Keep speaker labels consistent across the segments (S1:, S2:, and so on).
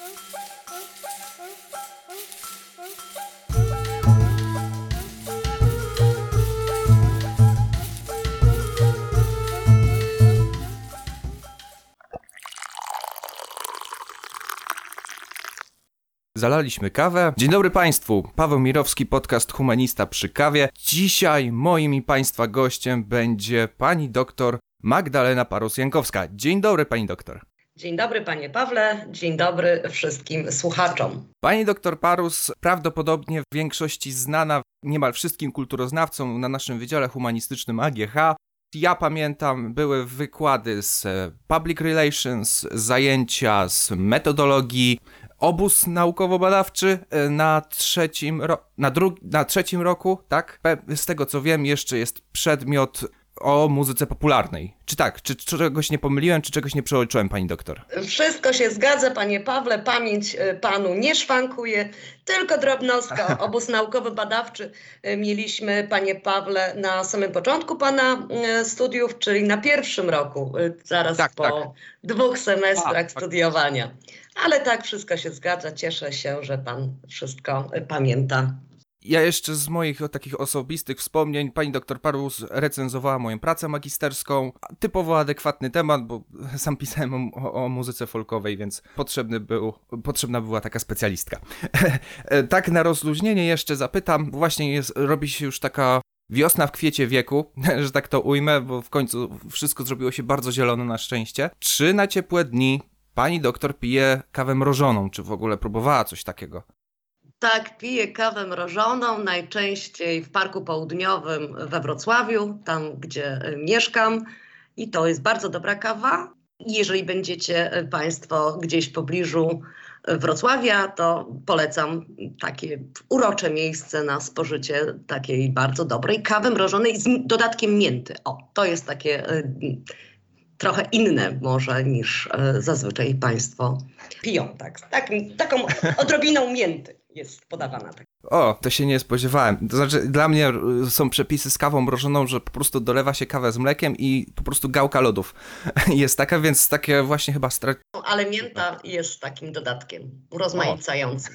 S1: Zalaliśmy kawę. Dzień dobry Państwu, Paweł Mirowski, podcast Humanista przy kawie. Dzisiaj moim i Państwa gościem będzie pani doktor Magdalena Parus-Jankowska. Dzień dobry pani doktor.
S2: Dzień dobry panie Pawle, dzień dobry wszystkim słuchaczom.
S1: Pani doktor Parus prawdopodobnie w większości znana niemal wszystkim kulturoznawcom na naszym Wydziale Humanistycznym AGH. Ja pamiętam, były wykłady z public relations, zajęcia z metodologii, obóz naukowo-badawczy na trzecim roku, tak? Z tego co wiem, jeszcze jest przedmiot o muzyce popularnej. Czy tak? Czy czegoś nie pomyliłem, czy czegoś nie przeoczyłem, pani doktor?
S2: Wszystko się zgadza, panie Pawle, pamięć panu nie szwankuje, tylko drobnostka. Obóz naukowo-badawczy mieliśmy, panie Pawle, na samym początku pana studiów, czyli na pierwszym roku, zaraz po 2 semestrach studiowania. Ale tak, wszystko się zgadza, cieszę się, że pan wszystko pamięta.
S1: Ja jeszcze z moich takich osobistych wspomnień, pani doktor Parus recenzowała moją pracę magisterską. Typowo adekwatny temat, bo sam pisałem o muzyce folkowej, więc potrzebna była taka specjalistka. Tak na rozluźnienie jeszcze zapytam, właśnie robi się już taka wiosna w kwiecie wieku, że tak to ujmę, bo w końcu wszystko zrobiło się bardzo zielono na szczęście. Czy na ciepłe dni pani doktor pije kawę mrożoną, czy w ogóle próbowała coś takiego?
S2: Tak, piję kawę mrożoną, najczęściej w Parku Południowym we Wrocławiu, tam gdzie mieszkam, i to jest bardzo dobra kawa. Jeżeli będziecie państwo gdzieś w pobliżu Wrocławia, to polecam takie urocze miejsce na spożycie takiej bardzo dobrej kawy mrożonej z dodatkiem mięty. O, to jest takie trochę inne może niż zazwyczaj państwo piją. Taką odrobiną mięty jest podawana.
S1: O, to się nie spodziewałem. To znaczy, dla mnie są przepisy z kawą mrożoną, że po prostu dolewa się kawę z mlekiem i po prostu gałka lodów jest taka, więc takie właśnie chyba
S2: Ale mięta jest takim dodatkiem urozmaicającym.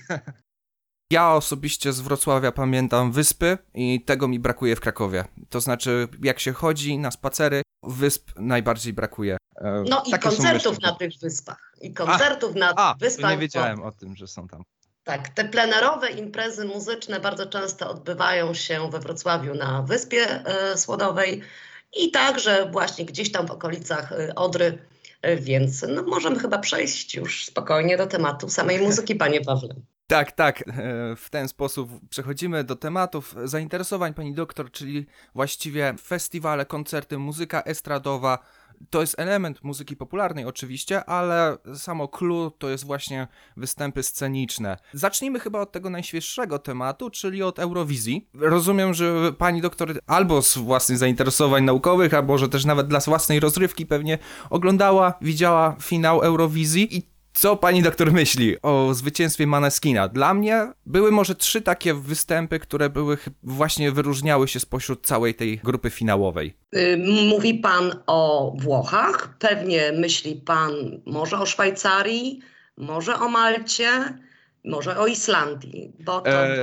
S1: Ja osobiście z Wrocławia pamiętam wyspy i tego mi brakuje w Krakowie. To znaczy, jak się chodzi na spacery, wysp najbardziej brakuje.
S2: No i koncertów na tych wyspach.
S1: Wyspach. Nie wiedziałem o tym, że są tam.
S2: Tak, te plenerowe imprezy muzyczne bardzo często odbywają się we Wrocławiu na Wyspie Słodowej i także właśnie gdzieś tam w okolicach Odry, więc możemy chyba przejść już spokojnie do tematu samej muzyki, panie Pawle.
S1: Tak, w ten sposób przechodzimy do tematów zainteresowań pani doktor, czyli właściwie festiwale, koncerty, muzyka estradowa. To jest element muzyki popularnej oczywiście, ale samo clue to jest właśnie występy sceniczne. Zacznijmy chyba od tego najświeższego tematu, czyli od Eurowizji. Rozumiem, że pani doktor albo z własnych zainteresowań naukowych, albo że też nawet dla własnej rozrywki pewnie widziała finał Eurowizji. I co pani doktor myśli o zwycięstwie Måneskin'a? Dla mnie były może 3 takie występy, które właśnie wyróżniały się spośród całej tej grupy finałowej.
S2: Mówi pan o Włochach, pewnie myśli pan może o Szwajcarii, może o Malcie, może o Islandii, bo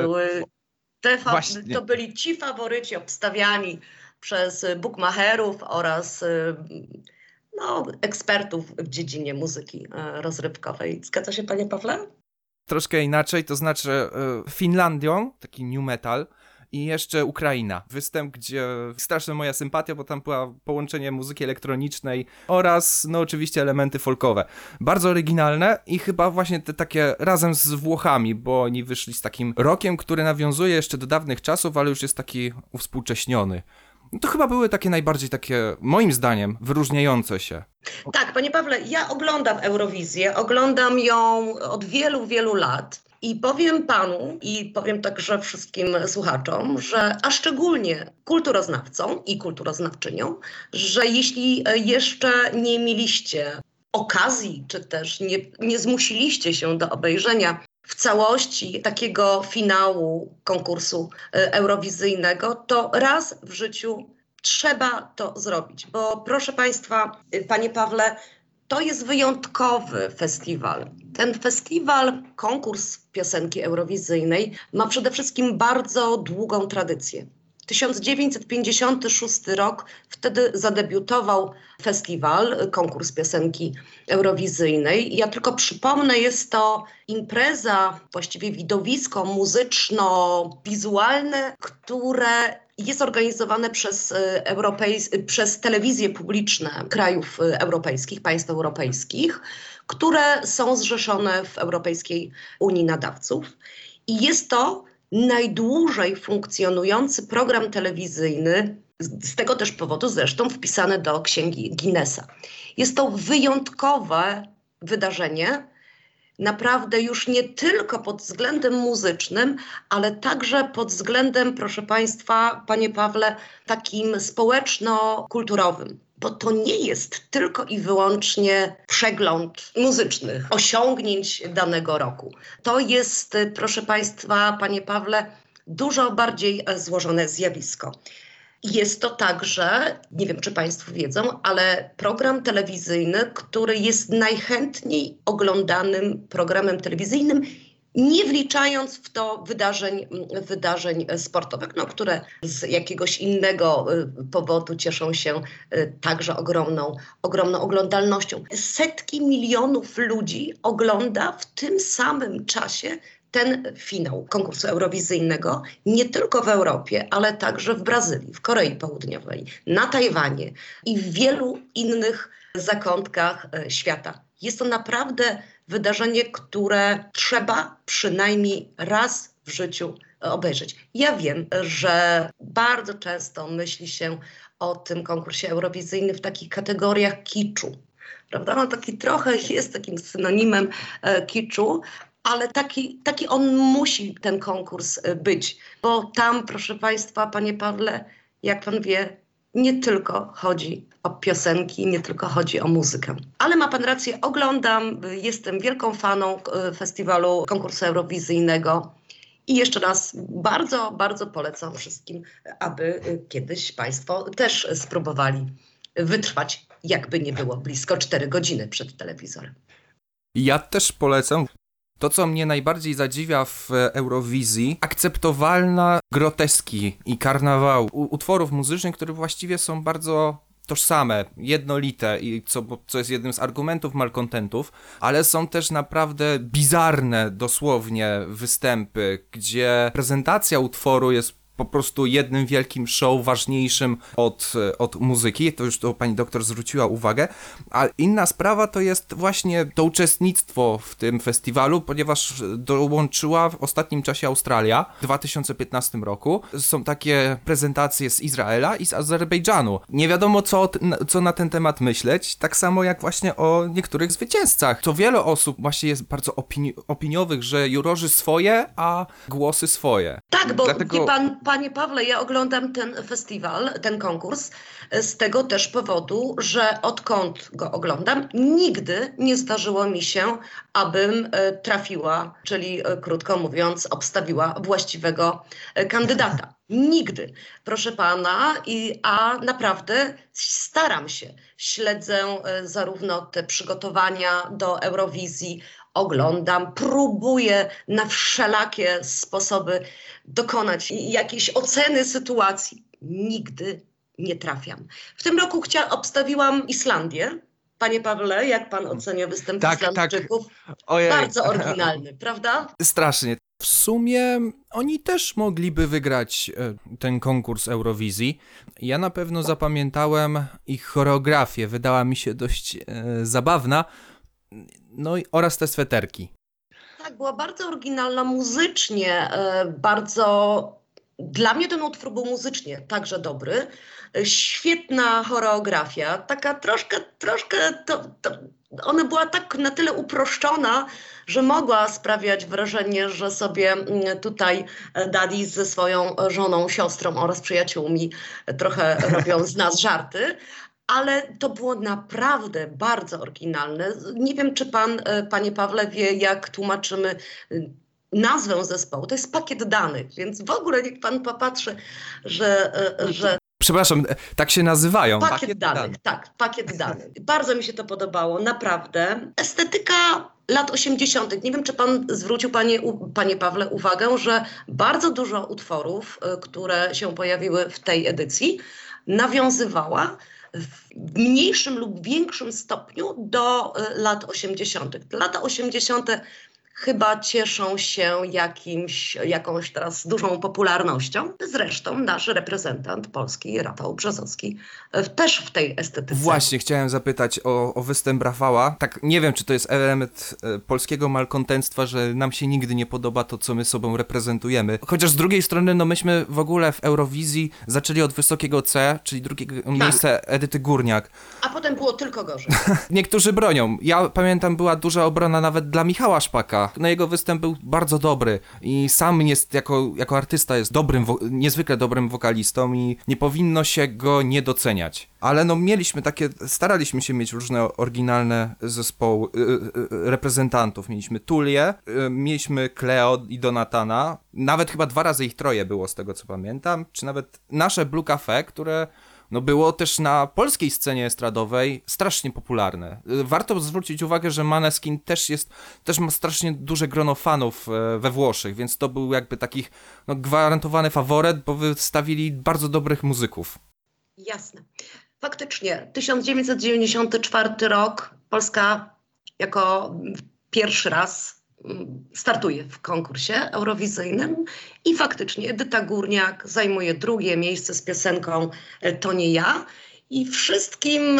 S2: to byli ci faworyci obstawiani przez bookmacherów oraz ekspertów w dziedzinie muzyki rozrywkowej. Zgadza się, panie Pawle?
S1: Troszkę inaczej, to znaczy Finlandią, taki new metal, i jeszcze Ukraina. Występ, gdzie straszna moja sympatia, bo tam była połączenie muzyki elektronicznej oraz oczywiście elementy folkowe. Bardzo oryginalne i chyba właśnie te takie razem z Włochami, bo oni wyszli z takim rockiem, który nawiązuje jeszcze do dawnych czasów, ale już jest taki uwspółcześniony. To chyba były takie najbardziej moim zdaniem, wyróżniające się.
S2: Tak, panie Pawle, ja oglądam Eurowizję, oglądam ją od wielu, wielu lat i powiem panu i powiem także wszystkim słuchaczom, a szczególnie kulturoznawcom i kulturoznawczyniom, że jeśli jeszcze nie mieliście okazji, czy też nie zmusiliście się do obejrzenia w całości takiego finału konkursu eurowizyjnego, to raz w życiu trzeba to zrobić. Bo proszę państwa, panie Pawle, To jest wyjątkowy festiwal. Ten festiwal, konkurs piosenki eurowizyjnej ma przede wszystkim bardzo długą tradycję. 1956 rok, wtedy zadebiutował festiwal, konkurs piosenki eurowizyjnej. Ja tylko przypomnę, jest to impreza, właściwie widowisko muzyczno-wizualne, które jest organizowane przez telewizje publiczne krajów europejskich, państw europejskich, które są zrzeszone w Europejskiej Unii Nadawców. I jest to najdłużej funkcjonujący program telewizyjny, z tego też powodu zresztą wpisany do Księgi Guinnessa. Jest to wyjątkowe wydarzenie, naprawdę już nie tylko pod względem muzycznym, ale także pod względem, proszę Państwa, Panie Pawle, takim społeczno-kulturowym. Bo to nie jest tylko i wyłącznie przegląd muzycznych osiągnięć danego roku. To jest, proszę Państwa, Panie Pawle, dużo bardziej złożone zjawisko. Jest to także, nie wiem czy Państwo wiedzą, ale program telewizyjny, który jest najchętniej oglądanym programem telewizyjnym, nie wliczając w to wydarzeń sportowych, które z jakiegoś innego powodu cieszą się także ogromną oglądalnością. Setki milionów ludzi ogląda w tym samym czasie ten finał konkursu eurowizyjnego, nie tylko w Europie, ale także w Brazylii, w Korei Południowej, na Tajwanie i w wielu innych zakątkach świata. Jest to naprawdę wydarzenie, które trzeba przynajmniej raz w życiu obejrzeć. Ja wiem, że bardzo często myśli się o tym konkursie eurowizyjnym w takich kategoriach kiczu, prawda? No taki trochę jest takim synonimem kiczu, ale taki on musi, ten konkurs być, bo tam, proszę Państwa, Panie Pawle, jak Pan wie, nie tylko chodzi o piosenki, nie tylko chodzi o muzykę. Ale ma Pan rację, oglądam, jestem wielką faną festiwalu konkursu eurowizyjnego i jeszcze raz bardzo, bardzo polecam wszystkim, aby kiedyś Państwo też spróbowali wytrwać, jakby nie było, blisko 4 godziny przed telewizorem.
S1: Ja też polecam. To, co mnie najbardziej zadziwia w Eurowizji, akceptowalna groteski i karnawału utworów muzycznych, które właściwie są bardzo tożsame, jednolite i co jest jednym z argumentów malkontentów, ale są też naprawdę bizarne dosłownie występy, gdzie prezentacja utworu jest po prostu jednym wielkim show, ważniejszym od muzyki. To już to pani doktor zwróciła uwagę. A inna sprawa to jest właśnie to uczestnictwo w tym festiwalu, ponieważ dołączyła w ostatnim czasie Australia w 2015 roku. Są takie prezentacje z Izraela i z Azerbejdżanu. Nie wiadomo, co na ten temat myśleć, tak samo jak właśnie o niektórych zwycięzcach. To wiele osób właśnie jest bardzo opiniowych, że jurorzy swoje, a głosy swoje.
S2: Tak, bo wie pan, Panie Pawle, ja oglądam ten festiwal, ten konkurs z tego też powodu, że odkąd go oglądam, nigdy nie zdarzyło mi się, abym trafiła, czyli krótko mówiąc, obstawiła właściwego kandydata. Nigdy, proszę pana, a naprawdę staram się. Śledzę zarówno te przygotowania do Eurowizji, oglądam, próbuję na wszelakie sposoby dokonać jakiejś oceny sytuacji. Nigdy nie trafiam. W tym roku obstawiłam Islandię. Panie Pawle, jak pan ocenia występ Islandczyków?
S1: Ojej.
S2: Bardzo oryginalny, prawda?
S1: Strasznie. W sumie oni też mogliby wygrać ten konkurs Eurowizji. Ja na pewno zapamiętałem ich choreografię. Wydała mi się dość zabawna. No i oraz te sweterki.
S2: Tak, była bardzo oryginalna muzycznie, bardzo... Dla mnie ten utwór był muzycznie także dobry. Świetna choreografia, taka troszkę ona była tak na tyle uproszczona, że mogła sprawiać wrażenie, że sobie tutaj Daddy ze swoją żoną, siostrą oraz przyjaciółmi trochę robią z nas żarty. Ale to było naprawdę bardzo oryginalne. Nie wiem, czy pan, panie Pawle, wie, jak tłumaczymy nazwę zespołu. To jest pakiet danych, więc w ogóle niech pan popatrzy, że
S1: Przepraszam, tak się nazywają.
S2: Pakiet danych, tak, pakiet danych. Bardzo mi się to podobało, naprawdę. Estetyka lat 80. Nie wiem, czy pan zwrócił, panie Pawle, uwagę, że bardzo dużo utworów, które się pojawiły w tej edycji, nawiązywała w mniejszym lub większym stopniu do lat 80. Lata 80. chyba cieszą się jakąś teraz dużą popularnością. Zresztą nasz reprezentant polski, Rafał Brzozowski, też w tej estetyce.
S1: Właśnie, chciałem zapytać o występ Rafała. Tak, nie wiem, czy to jest element polskiego malkontentstwa, że nam się nigdy nie podoba to, co my sobą reprezentujemy. Chociaż z drugiej strony, no myśmy w ogóle w Eurowizji zaczęli od wysokiego C, czyli drugiego miejsca Edyty Górniak.
S2: A potem było tylko gorzej.
S1: Niektórzy bronią. Ja pamiętam, była duża obrona nawet dla Michała Szpaka. No jego występ był bardzo dobry i sam jest jako artysta jest niezwykle dobrym wokalistą i nie powinno się go nie doceniać. Ale no staraliśmy się mieć różne oryginalne zespoły, reprezentantów. Mieliśmy Tulię, mieliśmy Cleo i Donatana, nawet chyba 2 razy ich troje było z tego co pamiętam, czy nawet nasze Blue Cafe, które no było też na polskiej scenie estradowej strasznie popularne. Warto zwrócić uwagę, że Måneskin też ma strasznie duże grono fanów we Włoszech, więc to był jakby takich gwarantowany faworyt, bo wystawili bardzo dobrych muzyków.
S2: Jasne. Faktycznie, 1994 rok Polska jako pierwszy raz startuje w konkursie eurowizyjnym i faktycznie Edyta Górniak zajmuje 2. miejsce z piosenką To nie ja i wszystkim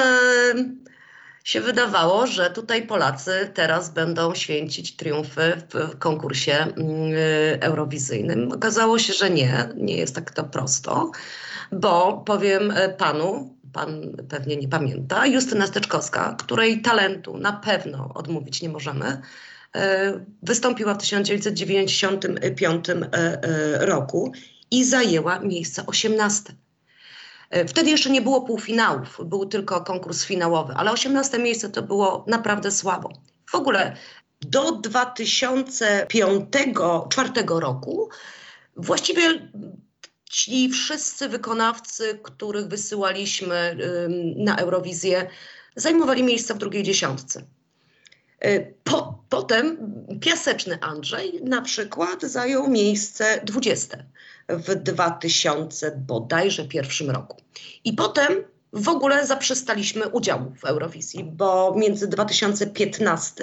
S2: się wydawało, że tutaj Polacy teraz będą święcić triumfy w konkursie eurowizyjnym. Okazało się, że nie jest tak to prosto, bo powiem panu, pan pewnie nie pamięta, Justyna Steczkowska, której talentu na pewno odmówić nie możemy, wystąpiła w 1995 roku i zajęła miejsce 18. Wtedy jeszcze nie było półfinałów, był tylko konkurs finałowy, ale 18 miejsce to było naprawdę słabo. W ogóle do 2005-2004 roku właściwie ci wszyscy wykonawcy, których wysyłaliśmy na Eurowizję, zajmowali miejsca w 2. dziesiątce. Potem Piaseczny Andrzej na przykład zajął miejsce 20 w 2001 roku. I potem w ogóle zaprzestaliśmy udziału w Eurowizji, bo między 2005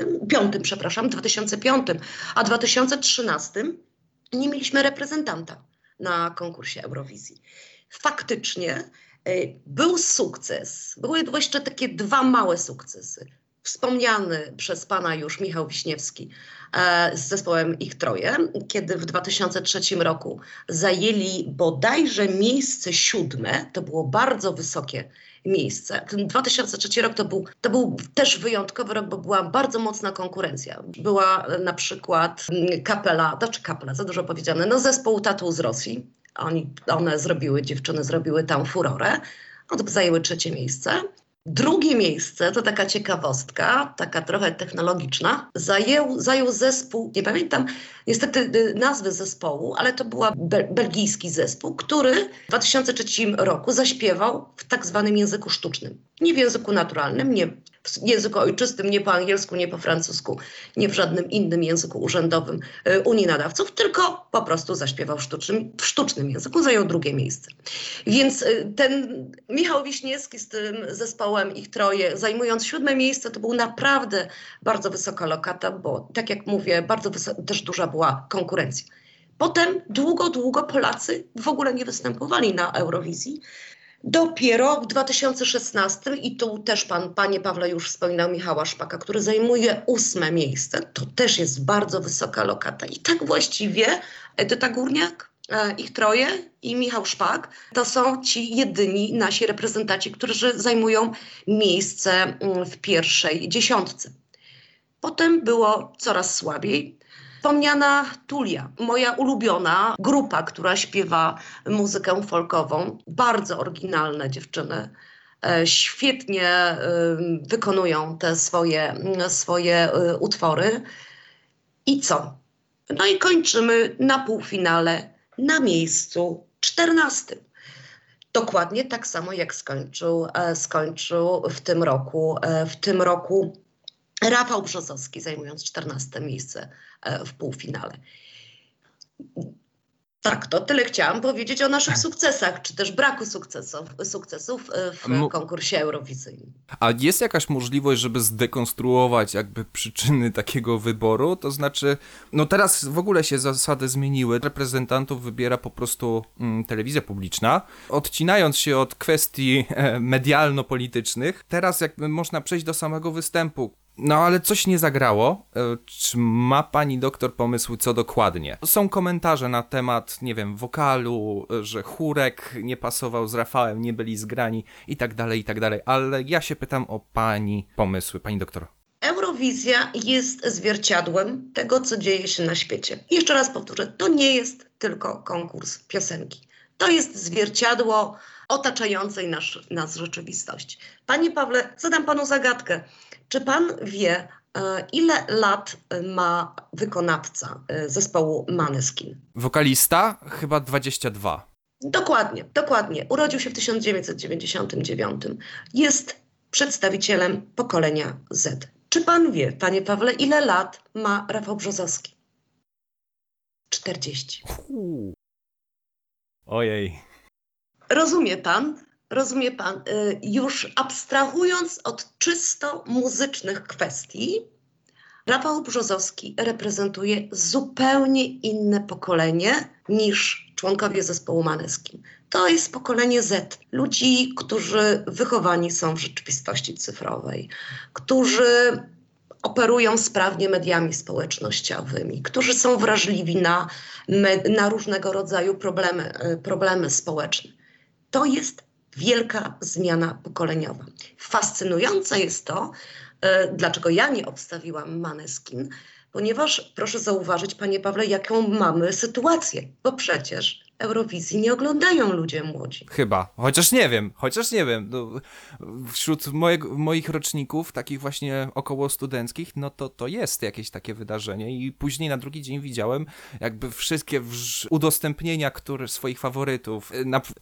S2: a 2013 nie mieliśmy reprezentanta na konkursie Eurowizji. Faktycznie był sukces, były jeszcze takie 2 małe sukcesy. Wspomniany przez pana już Michał Wiśniewski z zespołem Ich Troje, kiedy w 2003 roku zajęli bodajże miejsce 7, to było bardzo wysokie miejsce. Ten 2003 rok to był też wyjątkowy rok, bo była bardzo mocna konkurencja. Była na przykład kapela, za dużo powiedziane, no zespół Tatu z Rosji. Dziewczyny zrobiły tam furorę. Zajęły 3 miejsce. 2 miejsce, to taka ciekawostka, taka trochę technologiczna, zajął zespół, nie pamiętam niestety nazwy zespołu, ale to był belgijski zespół, który w 2003 roku zaśpiewał w tak zwanym języku sztucznym. Nie w języku naturalnym, nie w języku ojczystym, nie po angielsku, nie po francusku, nie w żadnym innym języku urzędowym Unii Nadawców, tylko po prostu zaśpiewał w sztucznym języku, zajął 2 miejsce. Więc ten Michał Wiśniewski z tym zespołem Ich Troje, zajmując 7 miejsce, to był naprawdę bardzo wysoka lokata, bo tak jak mówię, też duża była konkurencja. Potem długo Polacy w ogóle nie występowali na Eurowizji. Dopiero w 2016, i tu też panie Pawle, już wspominał Michała Szpaka, który zajmuje 8 miejsce, to też jest bardzo wysoka lokata. I tak właściwie Edyta Górniak, Ich Troje i Michał Szpak to są ci jedyni nasi reprezentanci, którzy zajmują miejsce w 1. dziesiątce. Potem było coraz słabiej. Wspomniana Tulia, moja ulubiona grupa, która śpiewa muzykę folkową. Bardzo oryginalne dziewczyny. Świetnie wykonują te swoje utwory. I co? No i kończymy na półfinale na miejscu 14. Dokładnie tak samo jak skończył w tym roku Rafał Brzozowski, zajmując 14 miejsce w półfinale. Tak, to tyle chciałam powiedzieć o naszych sukcesach, czy też braku sukcesów w konkursie eurowizyjnym.
S1: A jest jakaś możliwość, żeby zdekonstruować jakby przyczyny takiego wyboru? To znaczy, no teraz w ogóle się zasady zmieniły. Reprezentantów wybiera po prostu telewizja publiczna, odcinając się od kwestii medialno-politycznych. Teraz jakby można przejść do samego występu. No ale coś nie zagrało. Czy ma pani doktor pomysł, co dokładnie? Są komentarze na temat, nie wiem, wokalu, że chórek nie pasował z Rafałem, nie byli zgrani i tak dalej, ale ja się pytam o pani pomysły, pani doktor.
S2: Eurowizja jest zwierciadłem tego, co dzieje się na świecie. Jeszcze raz powtórzę, to nie jest tylko konkurs piosenki. To jest zwierciadło otaczającej nas rzeczywistości. Panie Pawle, zadam panu zagadkę. Czy pan wie, ile lat ma wykonawca zespołu Måneskin?
S1: Wokalista? Chyba 22.
S2: Dokładnie. Urodził się w 1999. Jest przedstawicielem pokolenia Z. Czy pan wie, panie Pawle, ile lat ma Rafał Brzozowski? 40.
S1: Ojej.
S2: Rozumie pan, już abstrahując od czysto muzycznych kwestii, Rafał Brzozowski reprezentuje zupełnie inne pokolenie niż członkowie zespołu Måneskin. To jest pokolenie Z. Ludzi, którzy wychowani są w rzeczywistości cyfrowej, którzy operują sprawnie mediami społecznościowymi, którzy są wrażliwi na różnego rodzaju problemy społeczne. To jest wielka zmiana pokoleniowa. Fascynujące jest to, dlaczego ja nie obstawiłam Måneskin, ponieważ proszę zauważyć, panie Pawle, jaką mamy sytuację, bo przecież Eurowizji nie oglądają ludzie młodzi.
S1: Chyba, chociaż nie wiem. No, wśród moich roczników, takich właśnie około studenckich, no to jest jakieś takie wydarzenie i później na drugi dzień widziałem jakby wszystkie udostępnienia swoich faworytów.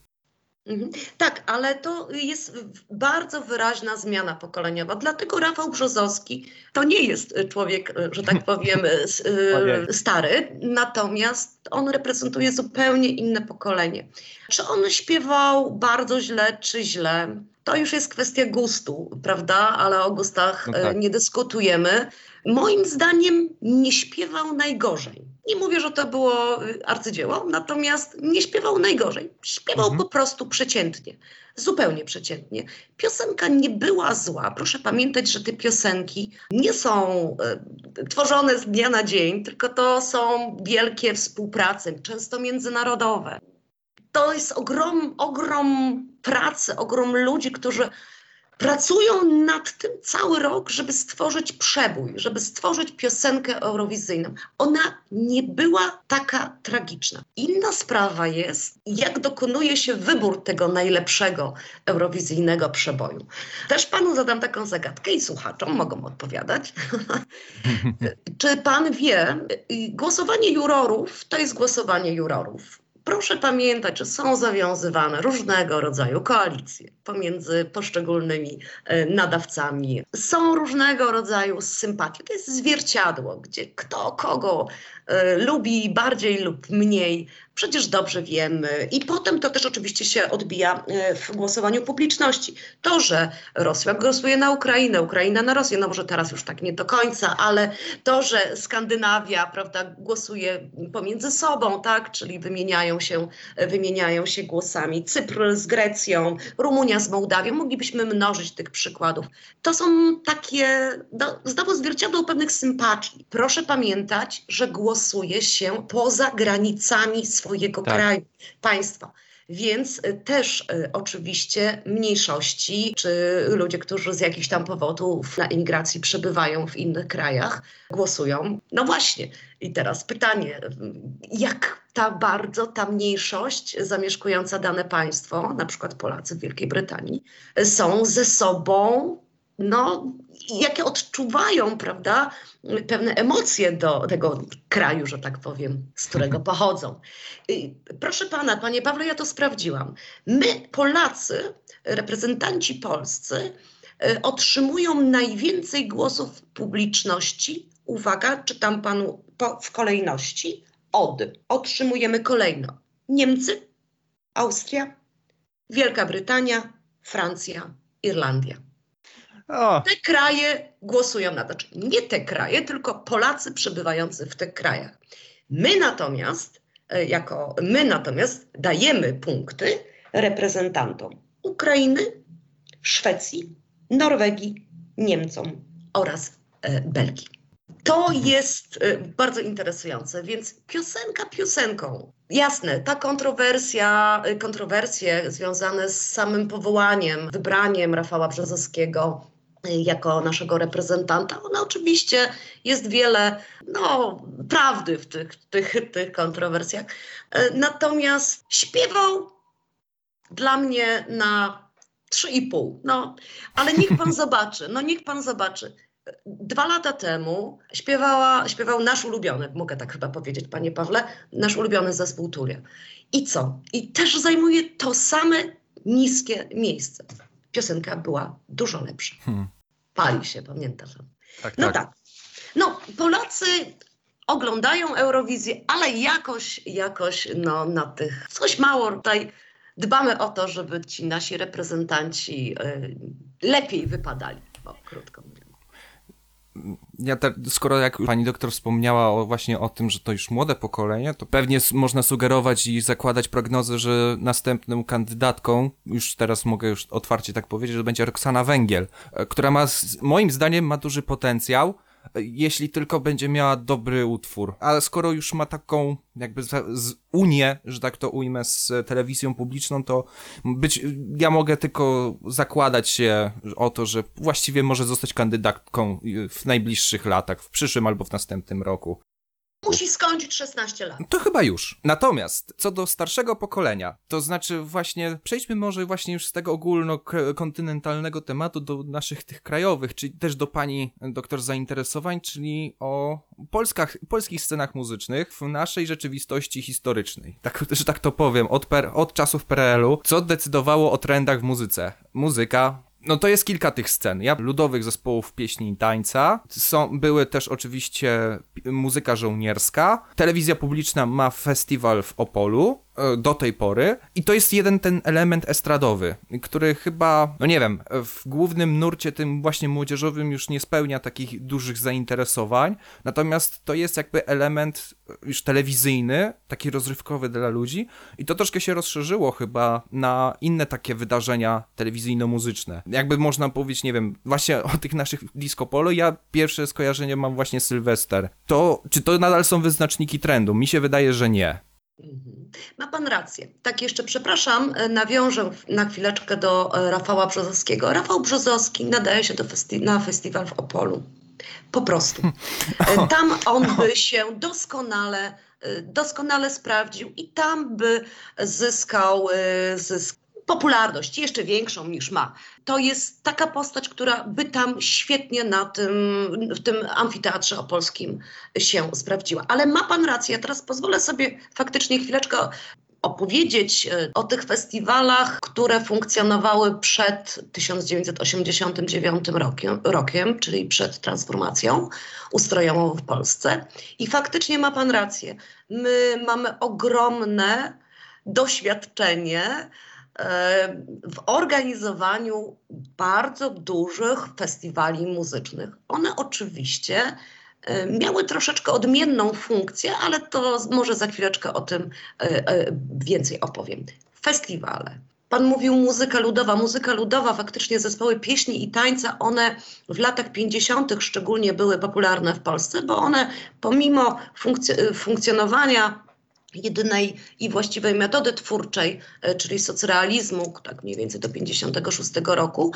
S2: Tak, ale to jest bardzo wyraźna zmiana pokoleniowa. Dlatego Rafał Brzozowski to nie jest człowiek, że tak powiem, stary, natomiast on reprezentuje zupełnie inne pokolenie. Czy on śpiewał bardzo źle, czy źle? To już jest kwestia gustu, prawda? Ale o gustach nie dyskutujemy. Moim zdaniem nie śpiewał najgorzej. Nie mówię, że to było arcydzieło, natomiast nie śpiewał najgorzej. Śpiewał po prostu przeciętnie, zupełnie przeciętnie. Piosenka nie była zła. Proszę pamiętać, że te piosenki nie są tworzone z dnia na dzień, tylko to są wielkie współprace, często międzynarodowe. To jest ogrom pracy, ogrom ludzi, którzy pracują nad tym cały rok, żeby stworzyć przebój, żeby stworzyć piosenkę eurowizyjną. Ona nie była taka tragiczna. Inna sprawa jest, jak dokonuje się wybór tego najlepszego eurowizyjnego przeboju. Też panu zadam taką zagadkę i słuchaczom mogą odpowiadać. Czy pan wie, głosowanie jurorów to jest głosowanie jurorów. Proszę pamiętać, że są zawiązywane różnego rodzaju koalicje pomiędzy poszczególnymi nadawcami. Są różnego rodzaju sympatie. To jest zwierciadło, gdzie kto kogo lubi bardziej lub mniej. Przecież dobrze wiemy. I potem to też oczywiście się odbija w głosowaniu publiczności. To, że Rosja głosuje na Ukrainę, Ukraina na Rosję, no może teraz już tak nie do końca, ale to, że Skandynawia, prawda, głosuje pomiędzy sobą, tak, czyli wymieniają się głosami. Cypr z Grecją, Rumunia z Mołdawią, moglibyśmy mnożyć tych przykładów. To są takie, znowu zwierciadło pewnych sympatii. Proszę pamiętać, że głosuje się poza granicami swojego kraju, państwa. Więc też oczywiście mniejszości, czy ludzie, którzy z jakichś tam powodów na emigracji przebywają w innych krajach, głosują. No właśnie. I teraz pytanie, jak ta mniejszość zamieszkująca dane państwo, na przykład Polacy w Wielkiej Brytanii, są ze sobą no, jakie odczuwają, prawda, pewne emocje do tego kraju, że tak powiem, z którego pochodzą. Proszę pana, panie Pawle, ja to sprawdziłam. My, Polacy, reprezentanci polscy, otrzymują najwięcej głosów publiczności. Uwaga, czytam panu w kolejności. Otrzymujemy kolejno Niemcy, Austria, Wielka Brytania, Francja, Irlandia.
S1: O,
S2: Te kraje głosują na to. Znaczy nie te kraje, tylko Polacy przebywający w tych krajach. My natomiast dajemy punkty reprezentantom Ukrainy, Szwecji, Norwegii, Niemcom oraz Belgii. To jest bardzo interesujące, więc piosenka piosenką. Jasne, ta kontrowersje związane z samym powołaniem, wybraniem Rafała Brzozowskiego jako naszego reprezentanta, ona oczywiście jest wiele prawdy w tych kontrowersjach. Natomiast śpiewał dla mnie na 3,5. Ale niech pan zobaczy. 2 lata temu śpiewał nasz ulubiony, mogę tak chyba powiedzieć, panie Pawle, nasz ulubiony zespół Turia. I co? I też zajmuje to same niskie miejsce. Piosenka była dużo lepsza. Pali się, pamięta pan. Tak. Polacy oglądają Eurowizję, ale jakoś na tych coś mało tutaj dbamy o to, żeby ci nasi reprezentanci lepiej wypadali, krótko mówiąc.
S1: Skoro jak pani doktor wspomniała właśnie o tym, że to już młode pokolenie, to pewnie można sugerować i zakładać prognozę, że następną kandydatką, już teraz mogę już otwarcie tak powiedzieć, że będzie Roxana Węgiel, która moim zdaniem ma duży potencjał, jeśli tylko będzie miała dobry utwór. Ale skoro już ma taką jakby unię, że tak to ujmę, z telewizją publiczną, to ja mogę tylko zakładać się o to, że właściwie może zostać kandydatką w najbliższych latach, w przyszłym albo w następnym roku.
S2: Musi skończyć 16 lat.
S1: To chyba już. Natomiast co do starszego pokolenia, to znaczy właśnie przejdźmy może właśnie już z tego ogólnokontynentalnego tematu do naszych tych krajowych, czyli też do pani doktor zainteresowań, czyli o polskich scenach muzycznych w naszej rzeczywistości historycznej. Tak, że tak to powiem, od czasów PRL-u, co decydowało o trendach w muzyce. Muzyka. To jest kilka tych scen. Ludowych zespołów pieśni i tańca. Były też oczywiście muzyka żołnierska. Telewizja publiczna ma festiwal w Opolu do tej pory. I to jest jeden ten element estradowy, który chyba, nie wiem, w głównym nurcie tym właśnie młodzieżowym już nie spełnia takich dużych zainteresowań. Natomiast to jest jakby element już telewizyjny, taki rozrywkowy dla ludzi. I to troszkę się rozszerzyło chyba na inne takie wydarzenia telewizyjno-muzyczne. Jakby można powiedzieć, nie wiem, właśnie o tych naszych disco polo, ja pierwsze skojarzenie mam właśnie Sylwester. Czy to nadal są wyznaczniki trendu? Mi się wydaje, że nie.
S2: Ma pan rację. Tak jeszcze, przepraszam, nawiążę na chwileczkę do Rafała Brzozowskiego. Rafał Brzozowski nadaje się na festiwal w Opolu. Po prostu. Tam on by się doskonale sprawdził i tam by zyskał popularność, jeszcze większą niż ma. To jest taka postać, która by tam świetnie w tym amfiteatrze opolskim się sprawdziła. Ale ma pan rację, ja teraz pozwolę sobie faktycznie chwileczkę opowiedzieć o tych festiwalach, które funkcjonowały przed 1989 rokiem, czyli przed transformacją ustrojową w Polsce. I faktycznie ma pan rację. My mamy ogromne doświadczenie w organizowaniu bardzo dużych festiwali muzycznych. One oczywiście miały troszeczkę odmienną funkcję, ale to może za chwileczkę o tym więcej opowiem. Festiwale. Pan mówił muzyka ludowa. Muzyka ludowa, faktycznie zespoły pieśni i tańca, one w latach 50. szczególnie były popularne w Polsce, bo one pomimo funkcjonowania jedynej i właściwej metody twórczej, czyli socrealizmu, tak mniej więcej do 56 roku,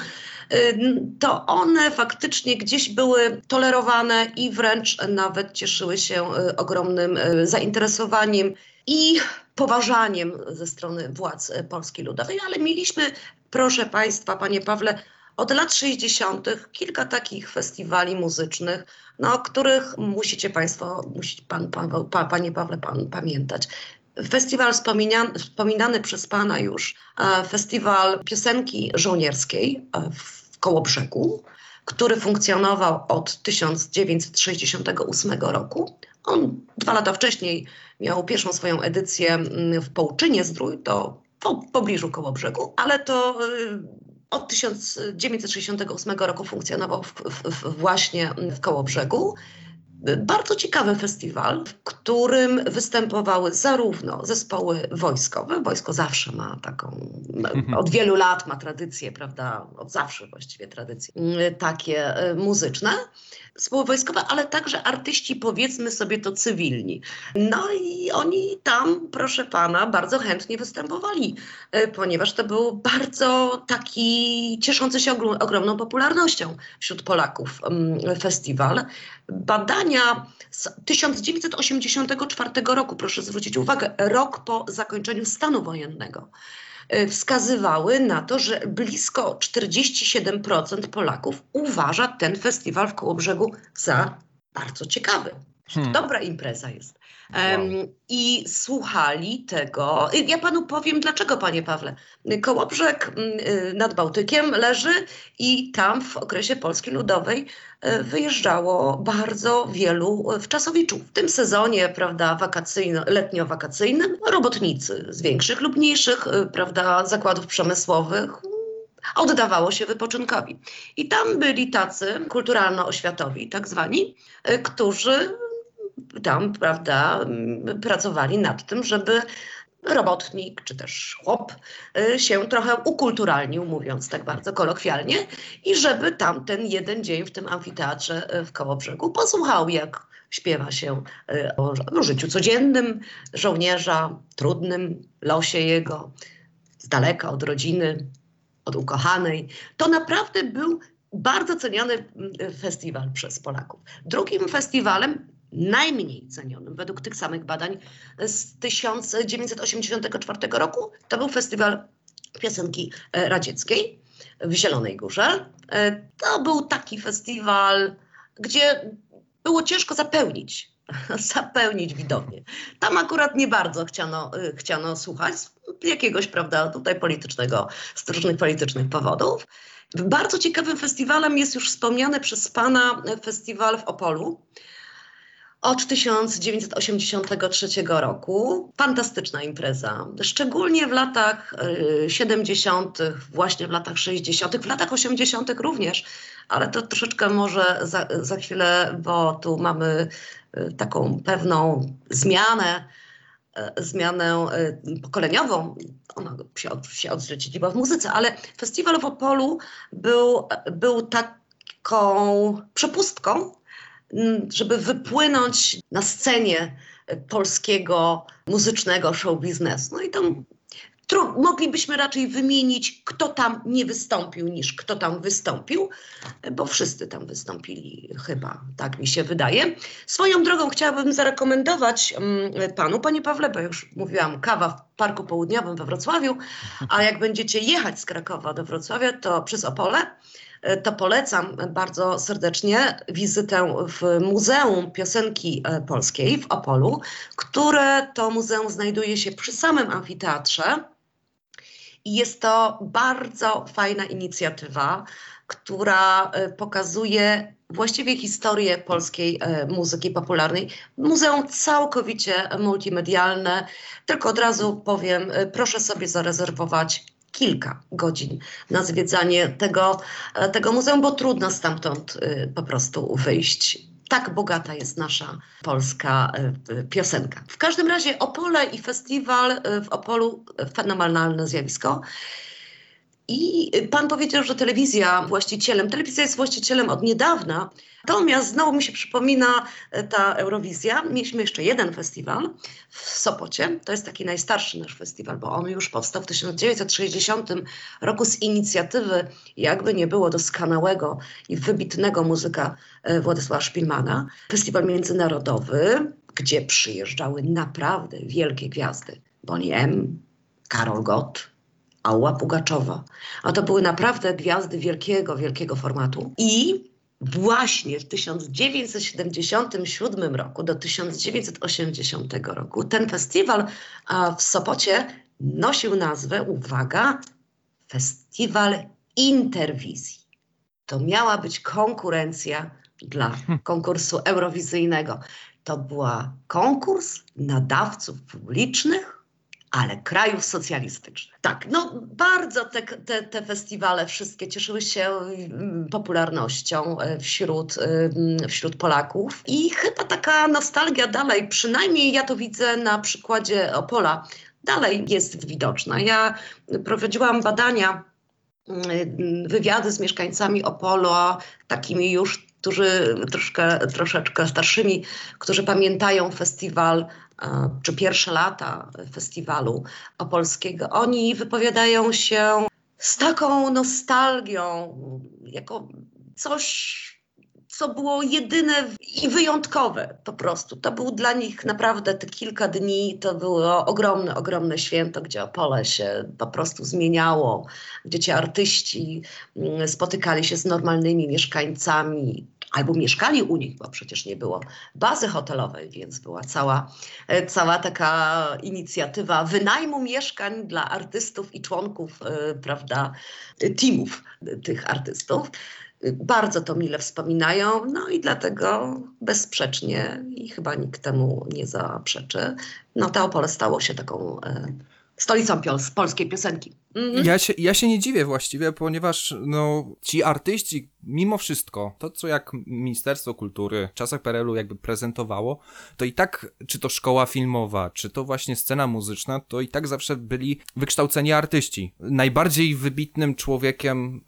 S2: to one faktycznie gdzieś były tolerowane i wręcz nawet cieszyły się ogromnym zainteresowaniem i poważaniem ze strony władz Polski Ludowej, ale mieliśmy, proszę państwa, panie Pawle, Od lat 60. kilka takich festiwali muzycznych, no, o których musicie Państwo, Panie Pawle, pan pamiętać. Festiwal wspominany przez Pana już, festiwal piosenki żołnierskiej w Kołobrzegu, który funkcjonował od 1968 roku. On 2 lata wcześniej miał pierwszą swoją edycję w Połczynie-Zdrój, to w pobliżu Kołobrzegu, ale to od 1968 roku funkcjonował właśnie w Kołobrzegu. Bardzo ciekawy festiwal, w którym występowały zarówno zespoły wojskowe. Wojsko zawsze ma taką, od wielu lat ma tradycję, prawda, od zawsze właściwie tradycje takie muzyczne. Zespoły wojskowe, ale także artyści, powiedzmy sobie to, cywilni. No i oni tam, proszę pana, bardzo chętnie występowali, ponieważ to był bardzo taki cieszący się ogromną popularnością wśród Polaków festiwal. Badania z 1984 roku, proszę zwrócić uwagę, rok po zakończeniu stanu wojennego, wskazywały na to, że blisko 47% Polaków uważa ten festiwal w Kołobrzegu za bardzo ciekawy. Dobra impreza jest. I słuchali tego. Ja panu powiem dlaczego, panie Pawle. Kołobrzeg nad Bałtykiem leży i tam w okresie Polski Ludowej wyjeżdżało bardzo wielu wczasowiczów. W tym sezonie, prawda, letnio-wakacyjnym, robotnicy z większych lub mniejszych, prawda, zakładów przemysłowych oddawało się wypoczynkowi. I tam byli tacy kulturalno-oświatowi, tak zwani, którzy tam, prawda, pracowali nad tym, żeby robotnik czy też chłop się trochę ukulturalnił, mówiąc tak bardzo kolokwialnie, i żeby tam ten jeden dzień w tym amfiteatrze w Kołobrzegu posłuchał, jak śpiewa się o życiu codziennym żołnierza, trudnym losie jego, z daleka od rodziny, od ukochanej. To naprawdę był bardzo ceniony festiwal przez Polaków. Drugim festiwalem, najmniej cenionym według tych samych badań z 1984 roku, to był festiwal piosenki radzieckiej w Zielonej Górze. To był taki festiwal, gdzie było ciężko zapełnić widownię. Tam akurat nie bardzo chciano słuchać z jakiegoś, prawda, tutaj z różnych politycznych powodów. Bardzo ciekawym festiwalem jest już wspomniany przez pana festiwal w Opolu od 1983 roku. Fantastyczna impreza, szczególnie w latach 70., właśnie w latach 60., w latach 80. również, ale to troszeczkę może za chwilę, bo tu mamy taką pewną zmianę pokoleniową. Ona się odzwierciedliła w muzyce, ale festiwal w Opolu był taką przepustką, żeby wypłynąć na scenie polskiego muzycznego show biznesu. No i tam moglibyśmy raczej wymienić, kto tam nie wystąpił, niż kto tam wystąpił, bo wszyscy tam wystąpili chyba, tak mi się wydaje. Swoją drogą chciałabym zarekomendować panu, panie Pawle, bo już mówiłam, kawa w Parku Południowym we Wrocławiu, a jak będziecie jechać z Krakowa do Wrocławia, to przez Opole, to polecam bardzo serdecznie wizytę w Muzeum Piosenki Polskiej w Opolu, które to muzeum znajduje się przy samym amfiteatrze. I jest to bardzo fajna inicjatywa, która pokazuje właściwie historię polskiej muzyki popularnej. Muzeum całkowicie multimedialne. Tylko od razu powiem, proszę sobie zarezerwować kilka godzin na zwiedzanie tego muzeum, bo trudno stamtąd po prostu wyjść. Tak bogata jest nasza polska piosenka. W każdym razie Opole i festiwal w Opolu, fenomenalne zjawisko. I pan powiedział, że telewizja jest właścicielem od niedawna, natomiast znowu mi się przypomina ta Eurowizja. Mieliśmy jeszcze jeden festiwal w Sopocie, to jest taki najstarszy nasz festiwal, bo on już powstał w 1960 roku z inicjatywy, jakby nie było, doskonałego i wybitnego muzyka Władysława Szpilmana. Festiwal międzynarodowy, gdzie przyjeżdżały naprawdę wielkie gwiazdy. Boney M., Karol Gott, Alla Pugaczowa. A to były naprawdę gwiazdy wielkiego, wielkiego formatu. I właśnie w 1977 roku do 1980 roku ten festiwal w Sopocie nosił nazwę, uwaga, Festiwal Interwizji. To miała być konkurencja dla konkursu eurowizyjnego. To była konkurs nadawców publicznych, ale krajów socjalistycznych. Tak, no bardzo te festiwale wszystkie cieszyły się popularnością wśród Polaków i chyba taka nostalgia dalej, przynajmniej ja to widzę na przykładzie Opola, dalej jest widoczna. Ja prowadziłam badania, wywiady z mieszkańcami Opola, takimi już, którzy troszeczkę starszymi, którzy pamiętają festiwal, czy pierwsze lata festiwalu opolskiego. Oni wypowiadają się z taką nostalgią, jako coś, co było jedyne i wyjątkowe po prostu. To był dla nich naprawdę te kilka dni, to było ogromne, ogromne święto, gdzie Opole się po prostu zmieniało, gdzie ci artyści spotykali się z normalnymi mieszkańcami, albo mieszkali u nich, bo przecież nie było bazy hotelowej, więc była cała taka inicjatywa wynajmu mieszkań dla artystów i członków, prawda, teamów tych artystów. Bardzo to mile wspominają, no i dlatego bezsprzecznie i chyba nikt temu nie zaprzeczy, no to Opole stało się taką stolicą polskiej piosenki.
S1: Ja się nie dziwię właściwie, ponieważ ci artyści, mimo wszystko, to co jak Ministerstwo Kultury w czasach PRL-u jakby prezentowało, to i tak, czy to szkoła filmowa, czy to właśnie scena muzyczna, to i tak zawsze byli wykształceni artyści. Najbardziej wybitnym człowiekiem,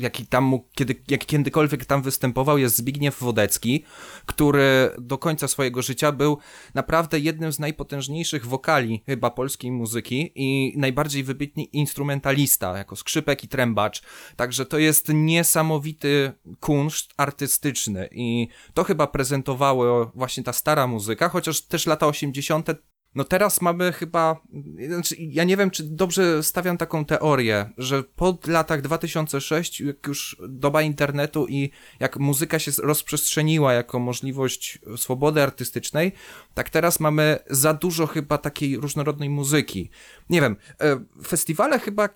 S1: jaki kiedykolwiek tam występował, jest Zbigniew Wodecki, który do końca swojego życia był naprawdę jednym z najpotężniejszych wokali chyba polskiej muzyki i najbardziej wybitny instrumentalista, jako skrzypek i trębacz. Także to jest niesamowity kunszt artystyczny i to chyba prezentowało właśnie ta stara muzyka, chociaż też lata 80. No teraz mamy chyba, znaczy ja nie wiem, czy dobrze stawiam taką teorię, że po latach 2006, jak już doba internetu i jak muzyka się rozprzestrzeniła jako możliwość swobody artystycznej, tak teraz mamy za dużo chyba takiej różnorodnej muzyki. Nie wiem, festiwale chyba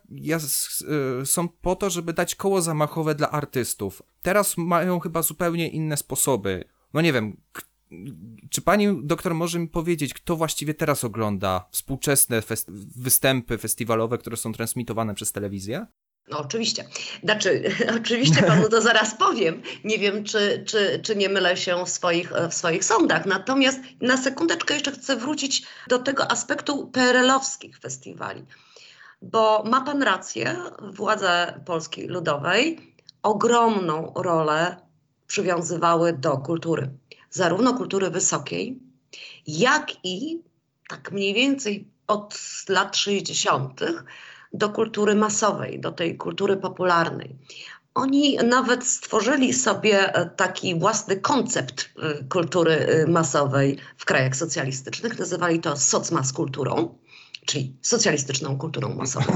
S1: są po to, żeby dać koło zamachowe dla artystów. Teraz mają chyba zupełnie inne sposoby. No nie wiem, czy pani doktor może mi powiedzieć, kto właściwie teraz ogląda współczesne występy festiwalowe, które są transmitowane przez telewizję?
S2: No oczywiście. Oczywiście panu to zaraz powiem. Nie wiem, czy nie mylę się w swoich sądach. Natomiast na sekundeczkę jeszcze chcę wrócić do tego aspektu PRL-owskich festiwali. Bo ma pan rację, władze Polski Ludowej ogromną rolę przywiązywały do kultury. Zarówno kultury wysokiej, jak i tak mniej więcej od lat 60. do kultury masowej, do tej kultury popularnej. Oni nawet stworzyli sobie taki własny koncept kultury masowej w krajach socjalistycznych. Nazywali to socmaskulturą, czyli socjalistyczną kulturą masową.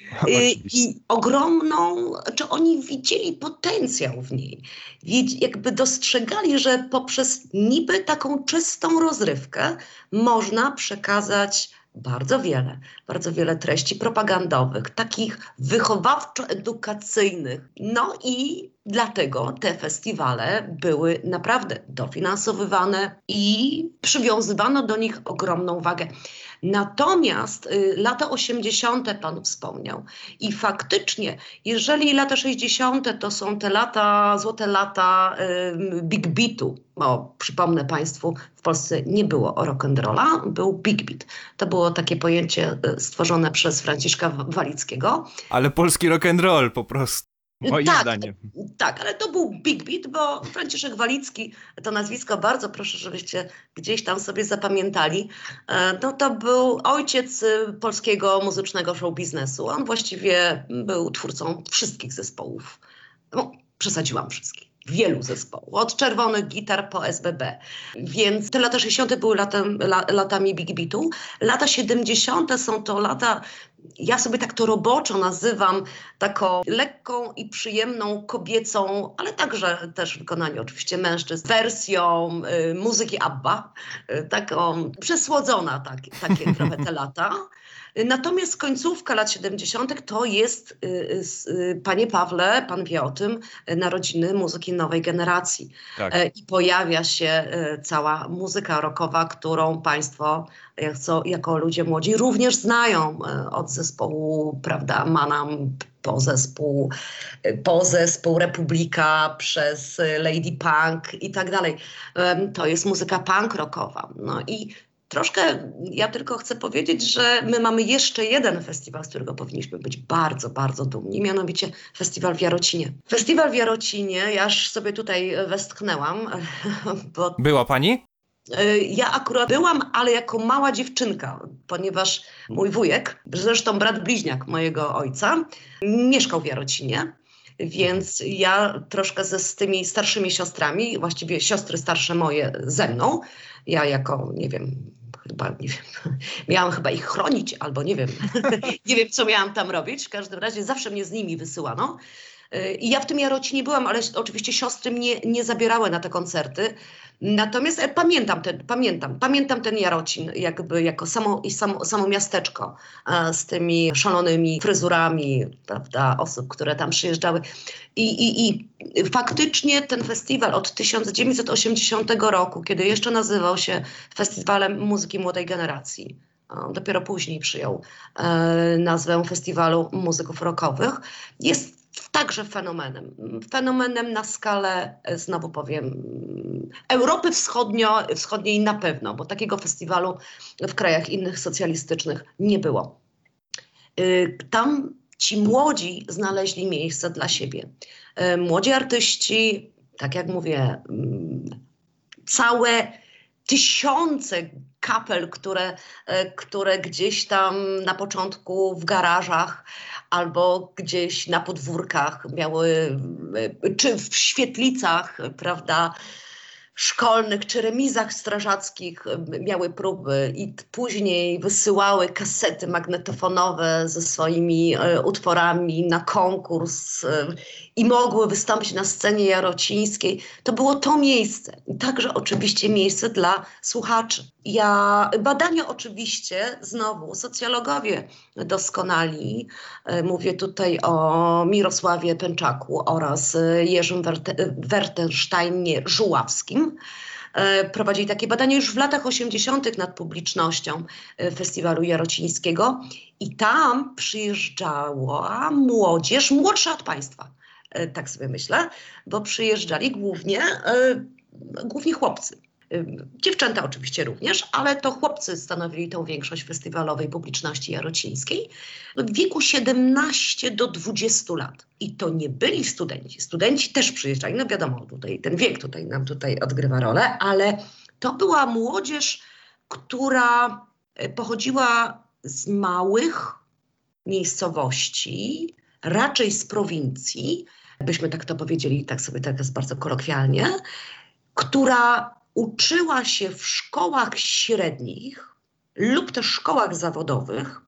S2: I ogromną, czy oni widzieli potencjal w niej. Jakby dostrzegali, że poprzez niby taką czystą rozrywkę można przekazać bardzo wiele treści propagandowych, takich wychowawczo-edukacyjnych. No i dlatego te festiwale były naprawdę dofinansowywane i przywiązywano do nich ogromną wagę. Natomiast lata 80. pan wspomniał i faktycznie, jeżeli lata 60. to są te złote lata Big Beatu, bo przypomnę państwu, w Polsce nie było rock'n'rolla, był Big Beat. To było takie pojęcie stworzone przez Franciszka Walickiego.
S1: Ale polski rock'n'roll po prostu.
S3: Moim zdaniem.
S2: Tak, ale to był Big Beat, bo Franciszek Walicki, to nazwisko bardzo proszę, żebyście gdzieś tam sobie zapamiętali, no to był ojciec polskiego muzycznego show biznesu. On właściwie był twórcą wszystkich zespołów. No, przesadziłam wszystkich. Wielu zespołów, od czerwonych gitar po SBB. Więc te lata 60. były latami Big Beatu. Lata 70. są to lata ja sobie tak to roboczo nazywam, taką lekką i przyjemną kobiecą, ale także też w wykonaniu oczywiście mężczyzn, wersją muzyki ABBA, taką przesłodzona, takie trochę te lata. Natomiast końcówka lat 70. to jest, panie Pawle, pan wie o tym, narodziny muzyki nowej generacji.
S1: Tak.
S2: I pojawia się cała muzyka rockowa, którą państwo jako ludzie młodzi również znają od zespołu, prawda, Manam, po zespół Republika, przez Lady Punk i tak dalej. To jest muzyka punk rockowa. No i troszkę ja tylko chcę powiedzieć, że my mamy jeszcze jeden festiwal, z którego powinniśmy być bardzo, bardzo dumni, mianowicie Festiwal w Jarocinie. Festiwal w Jarocinie, ja aż sobie tutaj westchnęłam, bo...
S1: Była pani?
S2: Ja akurat byłam, ale jako mała dziewczynka, ponieważ mój wujek, zresztą brat bliźniak mojego ojca, mieszkał w Jarocinie. Więc ja troszkę z tymi starszymi siostrami, właściwie siostry starsze moje ze mną, ja jako, nie wiem, miałam chyba ich chronić, albo nie wiem, nie wiem, co miałam tam robić. W każdym razie zawsze mnie z nimi wysyłano. I ja w tym Jarocinie byłam, ale oczywiście siostry mnie nie zabierały na te koncerty. Natomiast pamiętam ten Jarocin jakby jako samo miasteczko z tymi szalonymi fryzurami, prawda, osób, które tam przyjeżdżały. I faktycznie ten festiwal od 1980 roku, kiedy jeszcze nazywał się Festiwalem Muzyki Młodej Generacji, dopiero później przyjął nazwę Festiwalu Muzyków Rockowych, jest także fenomenem na skalę, znowu powiem, Europy Wschodniej na pewno, bo takiego festiwalu w krajach innych socjalistycznych nie było. Tam ci młodzi znaleźli miejsce dla siebie. Młodzi artyści, tak jak mówię, całe tysiące kapel, które gdzieś tam na początku w garażach albo gdzieś na podwórkach miały, czy w świetlicach, prawda, szkolnych, czy remizach strażackich miały próby i później wysyłały kasety magnetofonowe ze swoimi utworami na konkurs i mogły wystąpić na scenie jarocińskiej. To było to miejsce. I także oczywiście miejsce dla słuchaczy. Badania oczywiście, znowu socjologowie doskonali, mówię tutaj o Mirosławie Pęczaku oraz Jerzym Wertensteinie-Żuławskim, prowadzili takie badania już w latach 80. nad publicznością Festiwalu Jarocińskiego i tam przyjeżdżała młodzież młodsza od państwa, tak sobie myślę, bo przyjeżdżali głównie chłopcy. Dziewczęta oczywiście również, ale to chłopcy stanowili tą większość festiwalowej publiczności jarocińskiej w wieku 17 do 20 lat. I to nie byli studenci. Studenci też przyjeżdżali, no wiadomo, tutaj ten wiek nam odgrywa rolę, ale to była młodzież, która pochodziła z małych miejscowości, raczej z prowincji, byśmy tak to powiedzieli, tak sobie teraz bardzo kolokwialnie, która uczyła się w szkołach średnich lub też szkołach zawodowych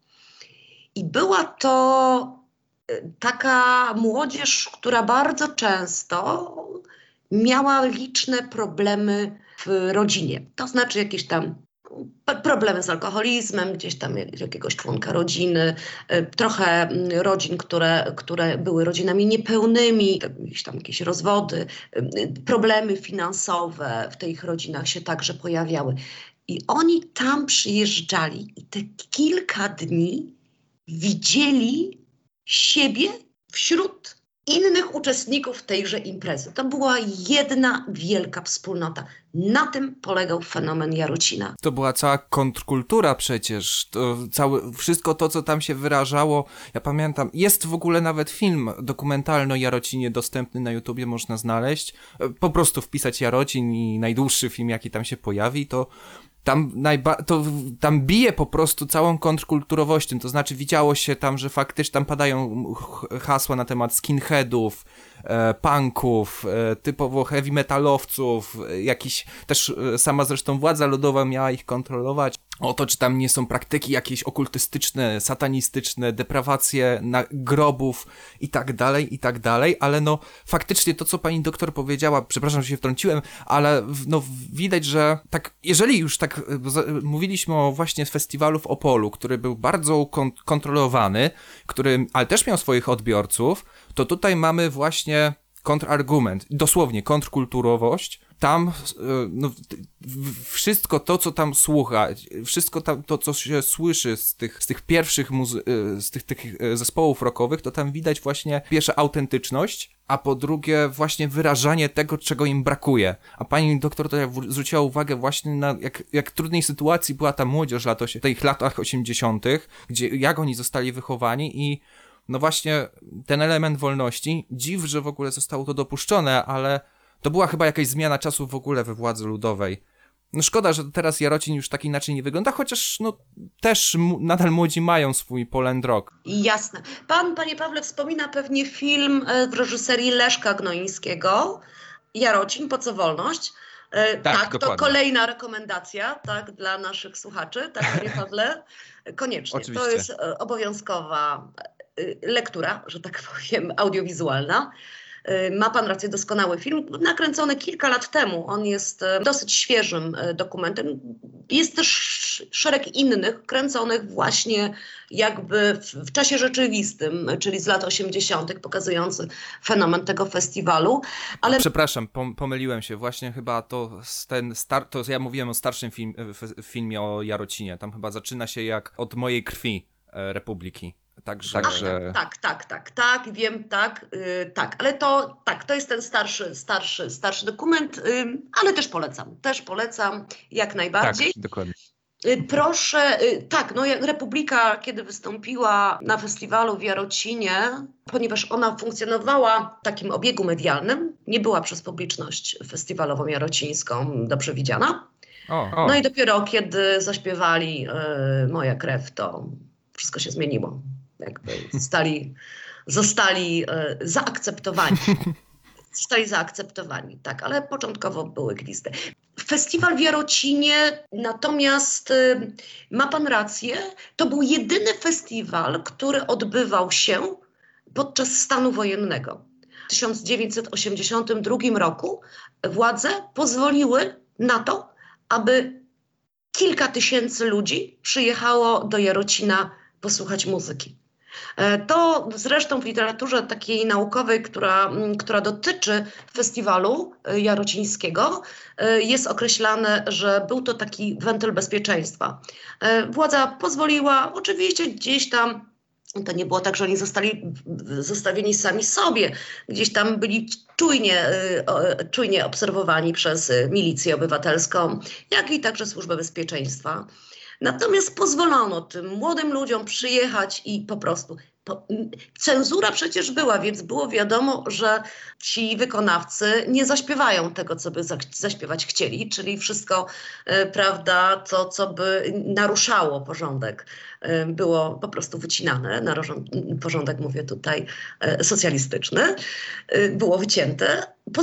S2: i była to taka młodzież, która bardzo często miała liczne problemy w rodzinie. To znaczy jakieś tam problemy z alkoholizmem, gdzieś tam jakiegoś członka rodziny, trochę rodzin, które były rodzinami niepełnymi, jakieś rozwody, problemy finansowe w tych rodzinach się także pojawiały. I oni tam przyjeżdżali i te kilka dni widzieli siebie wśród innych uczestników tejże imprezy. To była jedna wielka wspólnota. Na tym polegał fenomen Jarocina.
S1: To była cała kontrkultura przecież. Wszystko to, co tam się wyrażało. Ja pamiętam, jest w ogóle nawet film dokumentalny o Jarocinie dostępny na YouTubie, można znaleźć. Po prostu wpisać Jarocin i najdłuższy film, jaki tam się pojawi, to tam bije po prostu całą kontrkulturowością, to znaczy widziało się tam, że faktycznie tam padają hasła na temat skinheadów, punków, typowo heavy metalowców, jakiś też sama zresztą władza ludowa miała ich kontrolować. o to, czy tam nie są praktyki jakieś okultystyczne, satanistyczne, deprawacje grobów i tak dalej, ale no faktycznie to, co pani doktor powiedziała, przepraszam, że się wtrąciłem, ale no widać, że tak, jeżeli już tak mówiliśmy o właśnie festiwalu w Opolu, który był bardzo kontrolowany, ale też miał swoich odbiorców, to tutaj mamy właśnie kontrargument, dosłownie kontrkulturowość. Tam no, wszystko to, co tam słucha, wszystko to, co się słyszy z tych pierwszych tych zespołów rockowych, to tam widać właśnie pierwsze autentyczność, a po drugie właśnie wyrażanie tego, czego im brakuje. A pani doktor tutaj zwróciła uwagę właśnie na jak trudnej sytuacji była ta młodzież w tych latach 80., jak oni zostali wychowani i no właśnie ten element wolności, dziw, że w ogóle zostało to dopuszczone, ale to była chyba jakaś zmiana czasów w ogóle we władzy ludowej. No szkoda, że teraz Jarocin już tak inaczej nie wygląda, chociaż no też nadal młodzi mają swój Poland Rock.
S2: Jasne. Panie Pawle, wspomina pewnie film w reżyserii Leszka Gnoińskiego, Jarocin, Po co wolność? Tak, to kolejna rekomendacja, tak, dla naszych słuchaczy, tak, panie Pawle? Koniecznie.
S1: Oczywiście.
S2: To jest obowiązkowa lektura, że tak powiem, audiowizualna. Ma pan rację, doskonały film, nakręcony kilka lat temu. On jest dosyć świeżym dokumentem. Jest też szereg innych, kręconych właśnie jakby w czasie rzeczywistym, czyli z lat 80., pokazujący fenomen tego festiwalu. Ale...
S1: Przepraszam, pomyliłem się. Właśnie chyba to ja mówiłem o starszym filmie o Jarocinie. Tam chyba zaczyna się jak Od mojej krwi Republiki. Także...
S2: Tak, wiem, tak, ale to jest ten starszy dokument, ale też polecam jak najbardziej.
S1: Tak, dokładnie.
S2: Proszę, tak, no jak Republika, kiedy wystąpiła na festiwalu w Jarocinie, ponieważ ona funkcjonowała w takim obiegu medialnym, nie była przez publiczność festiwalową jarocińską dobrze widziana. No i dopiero kiedy zaśpiewali Moja krew, to wszystko się zmieniło. Jakby zostali zaakceptowani. Zostali zaakceptowani, tak, ale początkowo były gwizdy. Festiwal w Jarocinie, natomiast ma pan rację, to był jedyny festiwal, który odbywał się podczas stanu wojennego. W 1982 roku władze pozwoliły na to, aby kilka tysięcy ludzi przyjechało do Jarocina posłuchać muzyki. To zresztą w literaturze takiej naukowej, która dotyczy festiwalu jarocińskiego, jest określane, że był to taki wentyl bezpieczeństwa. Władza pozwoliła, oczywiście gdzieś tam, to nie było tak, że oni zostali zostawieni sami sobie, gdzieś tam byli czujnie obserwowani przez milicję obywatelską, jak i także służbę bezpieczeństwa. Natomiast pozwolono tym młodym ludziom przyjechać i po prostu... Cenzura przecież była, więc było wiadomo, że ci wykonawcy nie zaśpiewają tego, co by zaśpiewać chcieli, czyli wszystko, prawda, to, co by naruszało porządek, było po prostu wycinane. Porządek, mówię tutaj, socjalistyczny, było wycięte.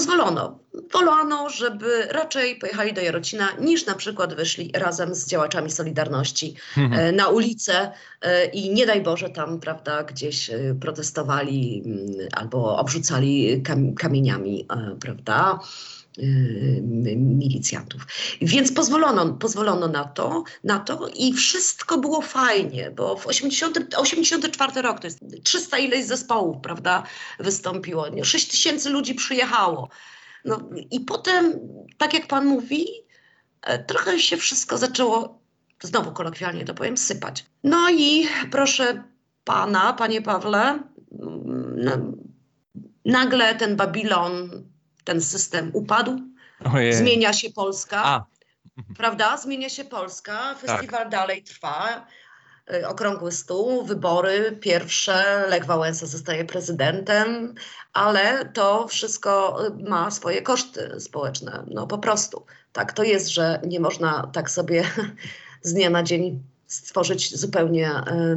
S2: Wolano, żeby raczej pojechali do Jarocina, niż na przykład wyszli razem z działaczami Solidarności na ulicę i nie daj Boże tam, prawda, gdzieś protestowali albo obrzucali kamieniami, prawda, milicjantów. Więc pozwolono na to i wszystko było fajnie, bo w 84 rok, to jest 300 ileś zespołów, prawda, wystąpiło, 6 000 ludzi przyjechało. No i potem, tak jak pan mówi, trochę się wszystko zaczęło, znowu kolokwialnie to powiem, sypać. No i proszę pana, panie Pawle, nagle ten Babilon, ten system upadł, zmienia się Polska, prawda? Zmienia się Polska, festiwal dalej trwa, okrągły stół, wybory pierwsze, Lech Wałęsa zostaje prezydentem, ale to wszystko ma swoje koszty społeczne, no po prostu. Tak to jest, że nie można tak sobie z dnia na dzień stworzyć zupełnie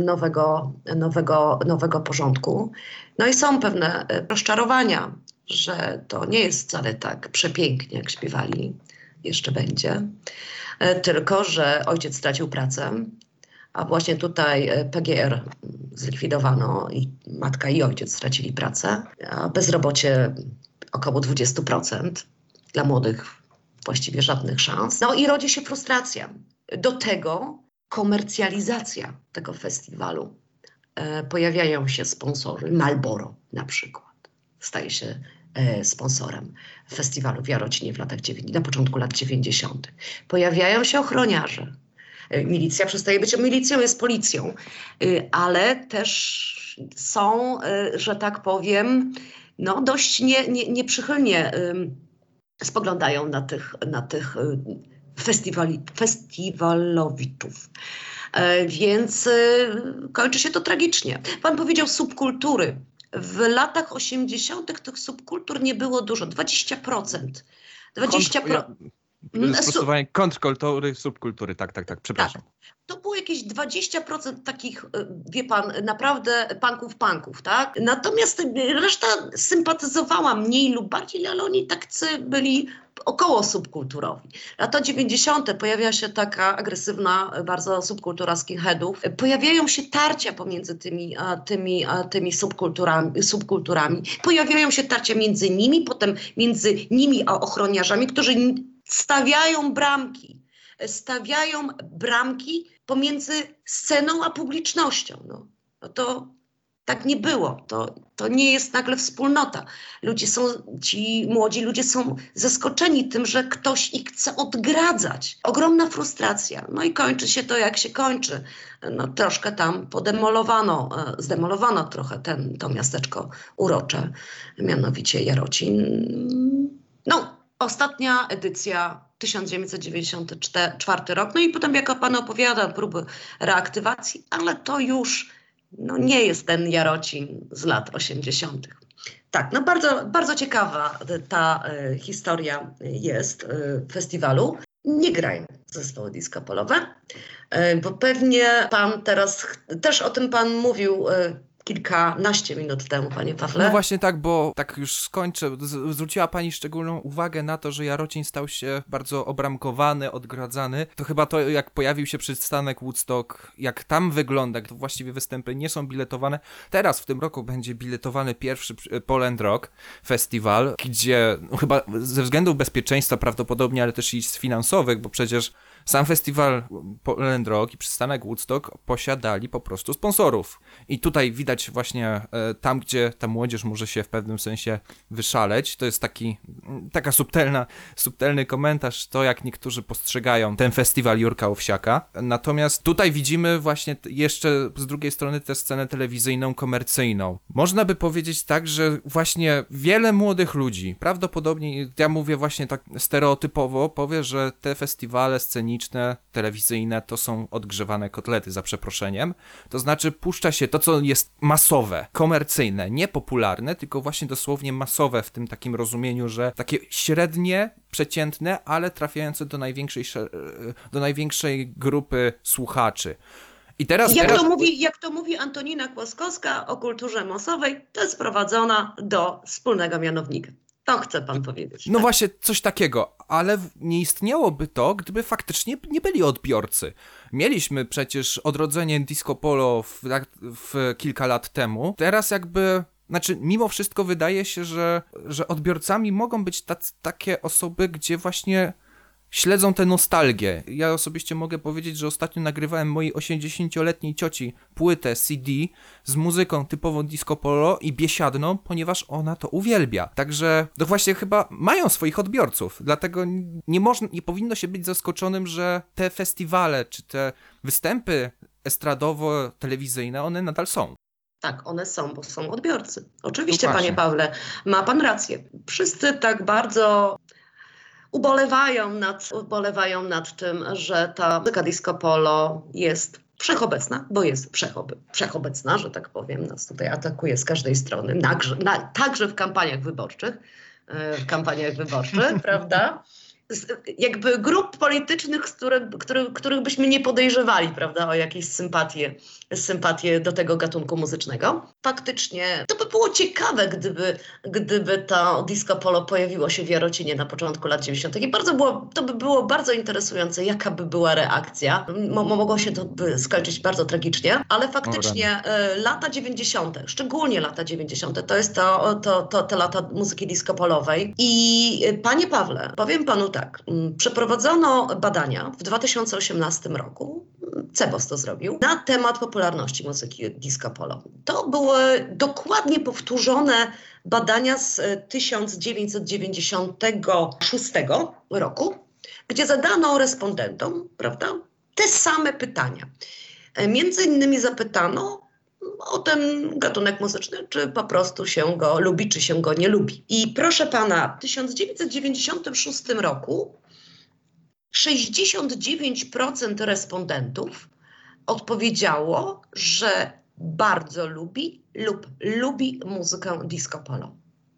S2: nowego porządku. No i są pewne rozczarowania, że to nie jest wcale tak przepięknie, jak śpiewali jeszcze będzie. Tylko że ojciec stracił pracę, a właśnie tutaj PGR zlikwidowano i matka i ojciec stracili pracę. A bezrobocie około 20%. Dla młodych właściwie żadnych szans. No i rodzi się frustracja. Do tego komercjalizacja tego festiwalu. Pojawiają się sponsorzy. Marlboro na przykład staje się sponsorem festiwalu w Jarocinie na początku lat 90. Pojawiają się ochroniarze. Milicja przestaje być milicją, jest policją, ale też są, że tak powiem, no dość nieprzychylnie spoglądają na tych festiwalowiczów. Więc kończy się to tragicznie. Pan powiedział subkultury. W latach 80. tych subkultur nie było dużo, 20%. 20%.
S1: Sprostowanie kontrkultury, subkultury, tak, przepraszam.
S2: Tak. To było jakieś 20% takich, wie pan, naprawdę punków, tak? Natomiast reszta sympatyzowała mniej lub bardziej, ale oni tacy byli około subkulturowi. Lata 90. pojawia się taka agresywna bardzo subkultura skinheadów. Pojawiają się tarcia pomiędzy tymi subkulturami. Pojawiają się tarcia między nimi, potem między nimi a ochroniarzami, którzy stawiają bramki pomiędzy sceną a publicznością. No to tak nie było. To nie jest nagle wspólnota. Ci młodzi ludzie są zaskoczeni tym, że ktoś ich chce odgradzać. Ogromna frustracja. No i kończy się to, jak się kończy. No troszkę tam zdemolowano trochę to miasteczko urocze, mianowicie Jarocin. No, ostatnia edycja 1994 rok. No i potem, jak pan opowiada, próby reaktywacji, ale to już nie jest ten Jarocin z lat 80. Tak, no bardzo, bardzo ciekawa ta historia jest festiwalu. Nie grają zespoły disco polowe, bo pewnie pan teraz, też o tym pan mówił kilkanaście minut temu, panie Pawle.
S1: No właśnie tak, bo tak już skończę. Zwróciła pani szczególną uwagę na to, że Jarocin stał się bardzo obramkowany, odgradzany. To chyba to, jak pojawił się przystanek Woodstock, jak tam wygląda, to właściwie występy nie są biletowane. Teraz w tym roku będzie biletowany pierwszy Poland Rock Festival, gdzie chyba ze względów bezpieczeństwa prawdopodobnie, ale też i z finansowych, bo przecież sam festiwal Poland Rock i przystanek Woodstock posiadali po prostu sponsorów. I tutaj widać właśnie tam, gdzie ta młodzież może się w pewnym sensie wyszaleć. To jest taka subtelny komentarz, to jak niektórzy postrzegają ten festiwal Jurka Owsiaka. Natomiast tutaj widzimy właśnie jeszcze z drugiej strony tę scenę telewizyjną, komercyjną. Można by powiedzieć tak, że właśnie wiele młodych ludzi, prawdopodobnie, ja mówię właśnie tak stereotypowo, powie, że te festiwale sceniczne, telewizyjne to są odgrzewane kotlety, za przeproszeniem. To znaczy puszcza się to, co jest masowe, komercyjne, nie popularne, tylko właśnie dosłownie masowe w tym takim rozumieniu, że takie średnie, przeciętne, ale trafiające do największej grupy słuchaczy. I teraz,
S2: jak to mówi Antonina Kłoskowska o kulturze masowej, to jest sprowadzona do wspólnego mianownika. To chce pan powiedzieć.
S1: No
S2: tak?
S1: Właśnie coś takiego, ale nie istniałoby to, gdyby faktycznie nie byli odbiorcy. Mieliśmy przecież odrodzenie disco polo w kilka lat temu. Teraz mimo wszystko wydaje się, że odbiorcami mogą być takie osoby, gdzie właśnie śledzą tę nostalgię. Ja osobiście mogę powiedzieć, że ostatnio nagrywałem mojej 80-letniej cioci płytę CD z muzyką typowo disco polo i biesiadną, ponieważ ona to uwielbia. Także to właśnie chyba mają swoich odbiorców. Dlatego nie powinno się być zaskoczonym, że te festiwale czy te występy estradowo-telewizyjne, one nadal są.
S2: Tak, one są, bo są odbiorcy. Oczywiście, panie Pawle, ma pan rację. Wszyscy tak bardzo ubolewają nad tym, że ta muzyka disco polo jest wszechobecna, bo jest wszechobecna, że tak powiem, nas tutaj atakuje z każdej strony, także w kampaniach wyborczych, prawda? jakby grup politycznych, których byśmy nie podejrzewali, prawda, o jakieś sympatie do tego gatunku muzycznego. Faktycznie to by było ciekawe, gdyby to disco polo pojawiło się w Jarocinie na początku lat 90. I to by było bardzo interesujące, jaka by była reakcja. Mogło się to by skończyć bardzo tragicznie, ale faktycznie lata 90., szczególnie lata 90., to jest te lata muzyki disco polowej. I panie Pawle, powiem panu tak, przeprowadzono badania w 2018 roku, CEBOS to zrobił, na temat popularności muzyki disco polo. To były dokładnie powtórzone badania z 1996 roku, gdzie zadano respondentom, prawda, te same pytania. Między innymi zapytano o ten gatunek muzyczny, czy po prostu się go lubi, czy się go nie lubi. I proszę pana, w 1996 roku 69% respondentów odpowiedziało, że bardzo lubi lub lubi muzykę disco polo.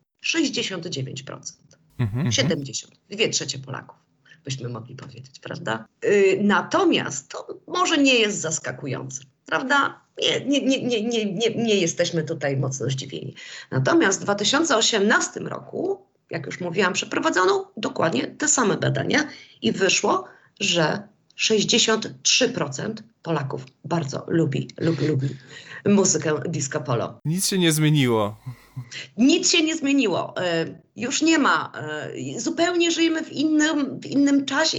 S2: 69%. 70%. 2/3 Polaków, byśmy mogli powiedzieć, prawda? Natomiast to może nie jest zaskakujące, prawda? Nie jesteśmy tutaj mocno zdziwieni. Natomiast w 2018 roku, jak już mówiłam, przeprowadzono dokładnie te same badania i wyszło, że 63% Polaków bardzo lubi muzykę disco polo.
S1: Nic się nie zmieniło.
S2: Nic się nie zmieniło. Już nie ma. Zupełnie żyjemy w innym czasie,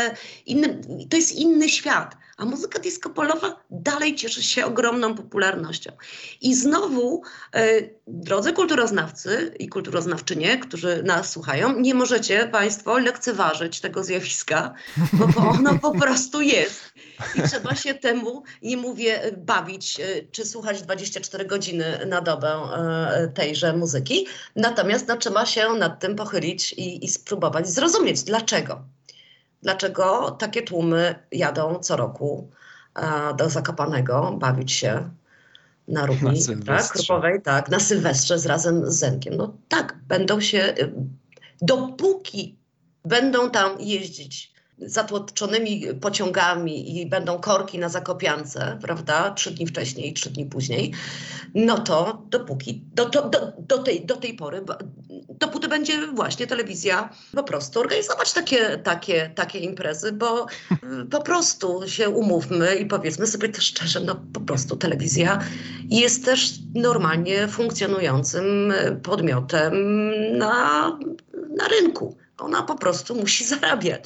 S2: to jest inny świat. A muzyka disco polowa dalej cieszy się ogromną popularnością. I znowu, drodzy kulturoznawcy i kulturoznawczynie, którzy nas słuchają, nie możecie państwo lekceważyć tego zjawiska, bo ono po prostu jest. I trzeba się temu, nie mówię bawić, czy słuchać 24 godziny na dobę tejże muzyki. Natomiast trzeba się nad tym pochylić i spróbować zrozumieć, dlaczego. Dlaczego takie tłumy jadą co roku do Zakopanego bawić się na Równi, tak, Krupowej, tak, na Sylwestrze razem z Zenkiem. No tak, będą się, dopóki będą tam jeździć zatłoczonymi pociągami i będą korki na Zakopiance, prawda, 3 dni wcześniej i 3 dni później, no to do tej pory, dopóty będzie właśnie telewizja po prostu organizować takie imprezy, bo po prostu się umówmy i powiedzmy sobie też szczerze, no po prostu telewizja jest też normalnie funkcjonującym podmiotem na rynku. Ona po prostu musi zarabiać.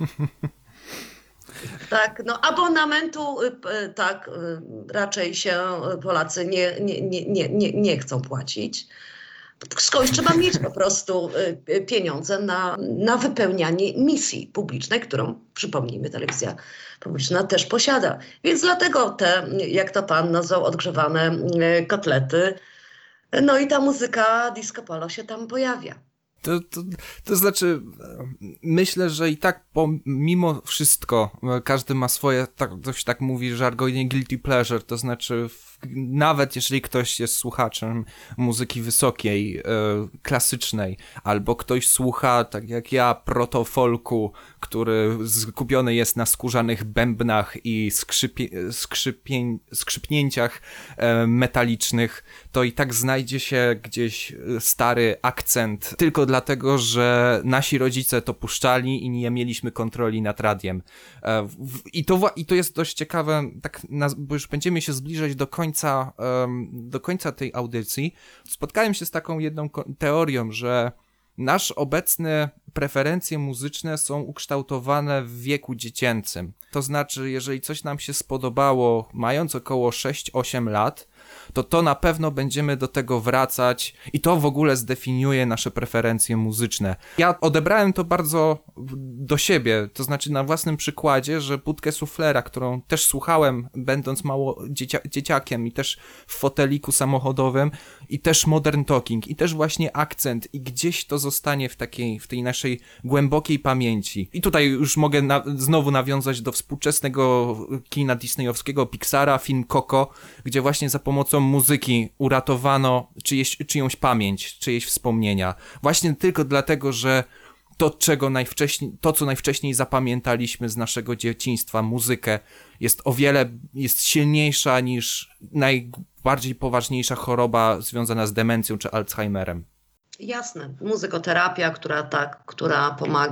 S2: Tak, no abonamentu tak raczej się Polacy nie chcą płacić. Skądś trzeba mieć po prostu pieniądze na wypełnianie misji publicznej, którą, przypomnijmy, telewizja publiczna też posiada. Więc dlatego te, jak to pan nazwał, odgrzewane kotlety, no i ta muzyka disco polo się tam pojawia.
S1: To znaczy, myślę, że i tak mimo wszystko każdy ma swoje, ktoś tak mówi żargonie guilty pleasure, to znaczy nawet jeżeli ktoś jest słuchaczem muzyki wysokiej, klasycznej, albo ktoś słucha, tak jak ja, proto-folku, który skupiony jest na skórzanych bębnach i skrzypnięciach metalicznych, to i tak znajdzie się gdzieś stary akcent, tylko dlatego, że nasi rodzice to puszczali i nie mieliśmy kontroli nad radiem. I to jest dość ciekawe, tak bo już będziemy się zbliżać do końca tej audycji. Spotkałem się z taką jedną teorią, że nasze obecne preferencje muzyczne są ukształtowane w wieku dziecięcym. To znaczy, jeżeli coś nam się spodobało mając około 6-8 lat, to na pewno będziemy do tego wracać i to w ogóle zdefiniuje nasze preferencje muzyczne. Ja odebrałem to bardzo do siebie, to znaczy na własnym przykładzie, że Budkę Suflera, którą też słuchałem będąc mało dzieciakiem i też w foteliku samochodowym i też Modern Talking i też właśnie akcent i gdzieś to zostanie w tej naszej głębokiej pamięci. I tutaj już mogę znowu nawiązać do współczesnego kina disneyowskiego, Pixara, film Coco, gdzie właśnie za pomocą muzyki uratowano czyjąś pamięć, czyjeś wspomnienia. Właśnie tylko dlatego, że to, co najwcześniej zapamiętaliśmy z naszego dzieciństwa, muzykę, jest silniejsza niż najbardziej poważniejsza choroba związana z demencją czy Alzheimerem.
S2: Jasne, muzykoterapia, która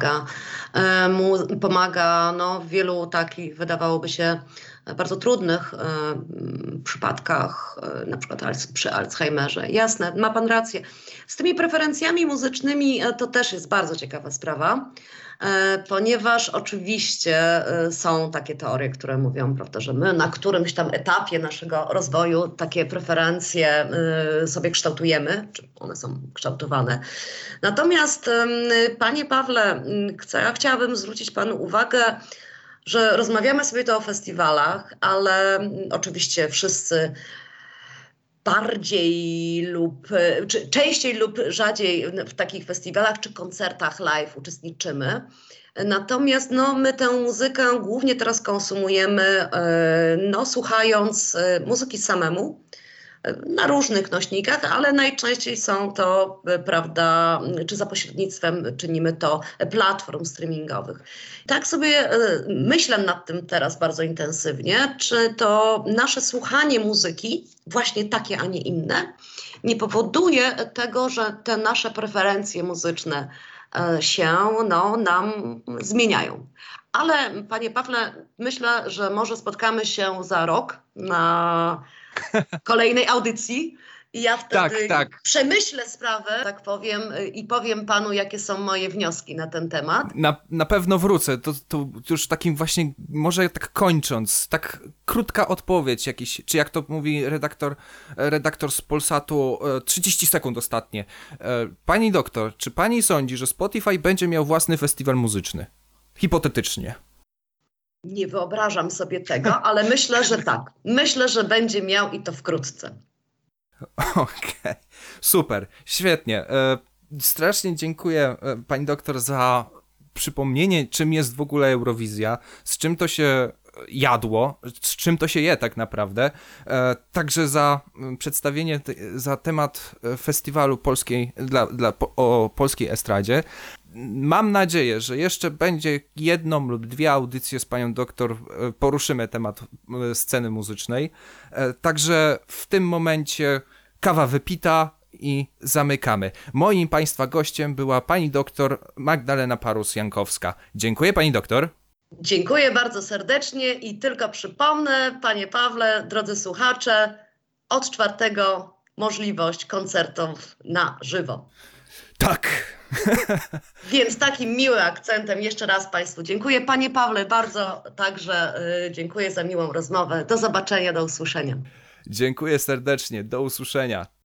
S2: pomaga w wielu takich, wydawałoby się, bardzo trudnych przypadkach, na przykład przy Alzheimerze. Jasne, ma pan rację. Z tymi preferencjami muzycznymi to też jest bardzo ciekawa sprawa, ponieważ oczywiście są takie teorie, które mówią, prawda, że my na którymś tam etapie naszego rozwoju takie preferencje sobie kształtujemy, czy one są kształtowane. Natomiast, panie Pawle, ja chciałabym zwrócić panu uwagę, że rozmawiamy sobie tu o festiwalach, ale oczywiście wszyscy bardziej czy częściej lub rzadziej w takich festiwalach czy koncertach live uczestniczymy. Natomiast my tę muzykę głównie teraz konsumujemy słuchając muzyki samemu na różnych nośnikach, ale najczęściej są to, prawda, czy za pośrednictwem czynimy to platform streamingowych. Tak sobie myślę nad tym teraz bardzo intensywnie, czy to nasze słuchanie muzyki, właśnie takie, a nie inne, nie powoduje tego, że te nasze preferencje muzyczne się nam zmieniają. Ale panie Pawle, myślę, że może spotkamy się za rok na kolejnej audycji i ja wtedy przemyślę sprawę, tak powiem, i powiem panu, jakie są moje wnioski na ten temat.
S1: Na pewno wrócę. To już takim właśnie, może tak kończąc, tak krótka odpowiedź jakiś, czy jak to mówi redaktor z Polsatu, 30 sekund ostatnie. Pani doktor, czy pani sądzi, że Spotify będzie miał własny festiwal muzyczny? Hipotetycznie.
S2: Nie wyobrażam sobie tego, ale myślę, że tak. Myślę, że będzie miał i to wkrótce.
S1: Okej, super, świetnie. Strasznie dziękuję pani doktor za przypomnienie, czym jest w ogóle Eurowizja, z czym to się jadło, z czym to się je tak naprawdę. Także za przedstawienie, za temat festiwalu o polskiej estradzie. Mam nadzieję, że jeszcze będzie jedną lub dwie audycje z panią doktor, poruszymy temat sceny muzycznej. Także w tym momencie kawa wypita i zamykamy. Moim państwa gościem była pani doktor Magdalena Parus-Jankowska. Dziękuję pani doktor.
S2: Dziękuję bardzo serdecznie i tylko przypomnę, panie Pawle, drodzy słuchacze, od 4 możliwość koncertów na żywo.
S1: Tak.
S2: Więc takim miłym akcentem jeszcze raz państwu dziękuję. Panie Pawle, bardzo także dziękuję za miłą rozmowę. Do zobaczenia, do usłyszenia.
S1: Dziękuję serdecznie. Do usłyszenia.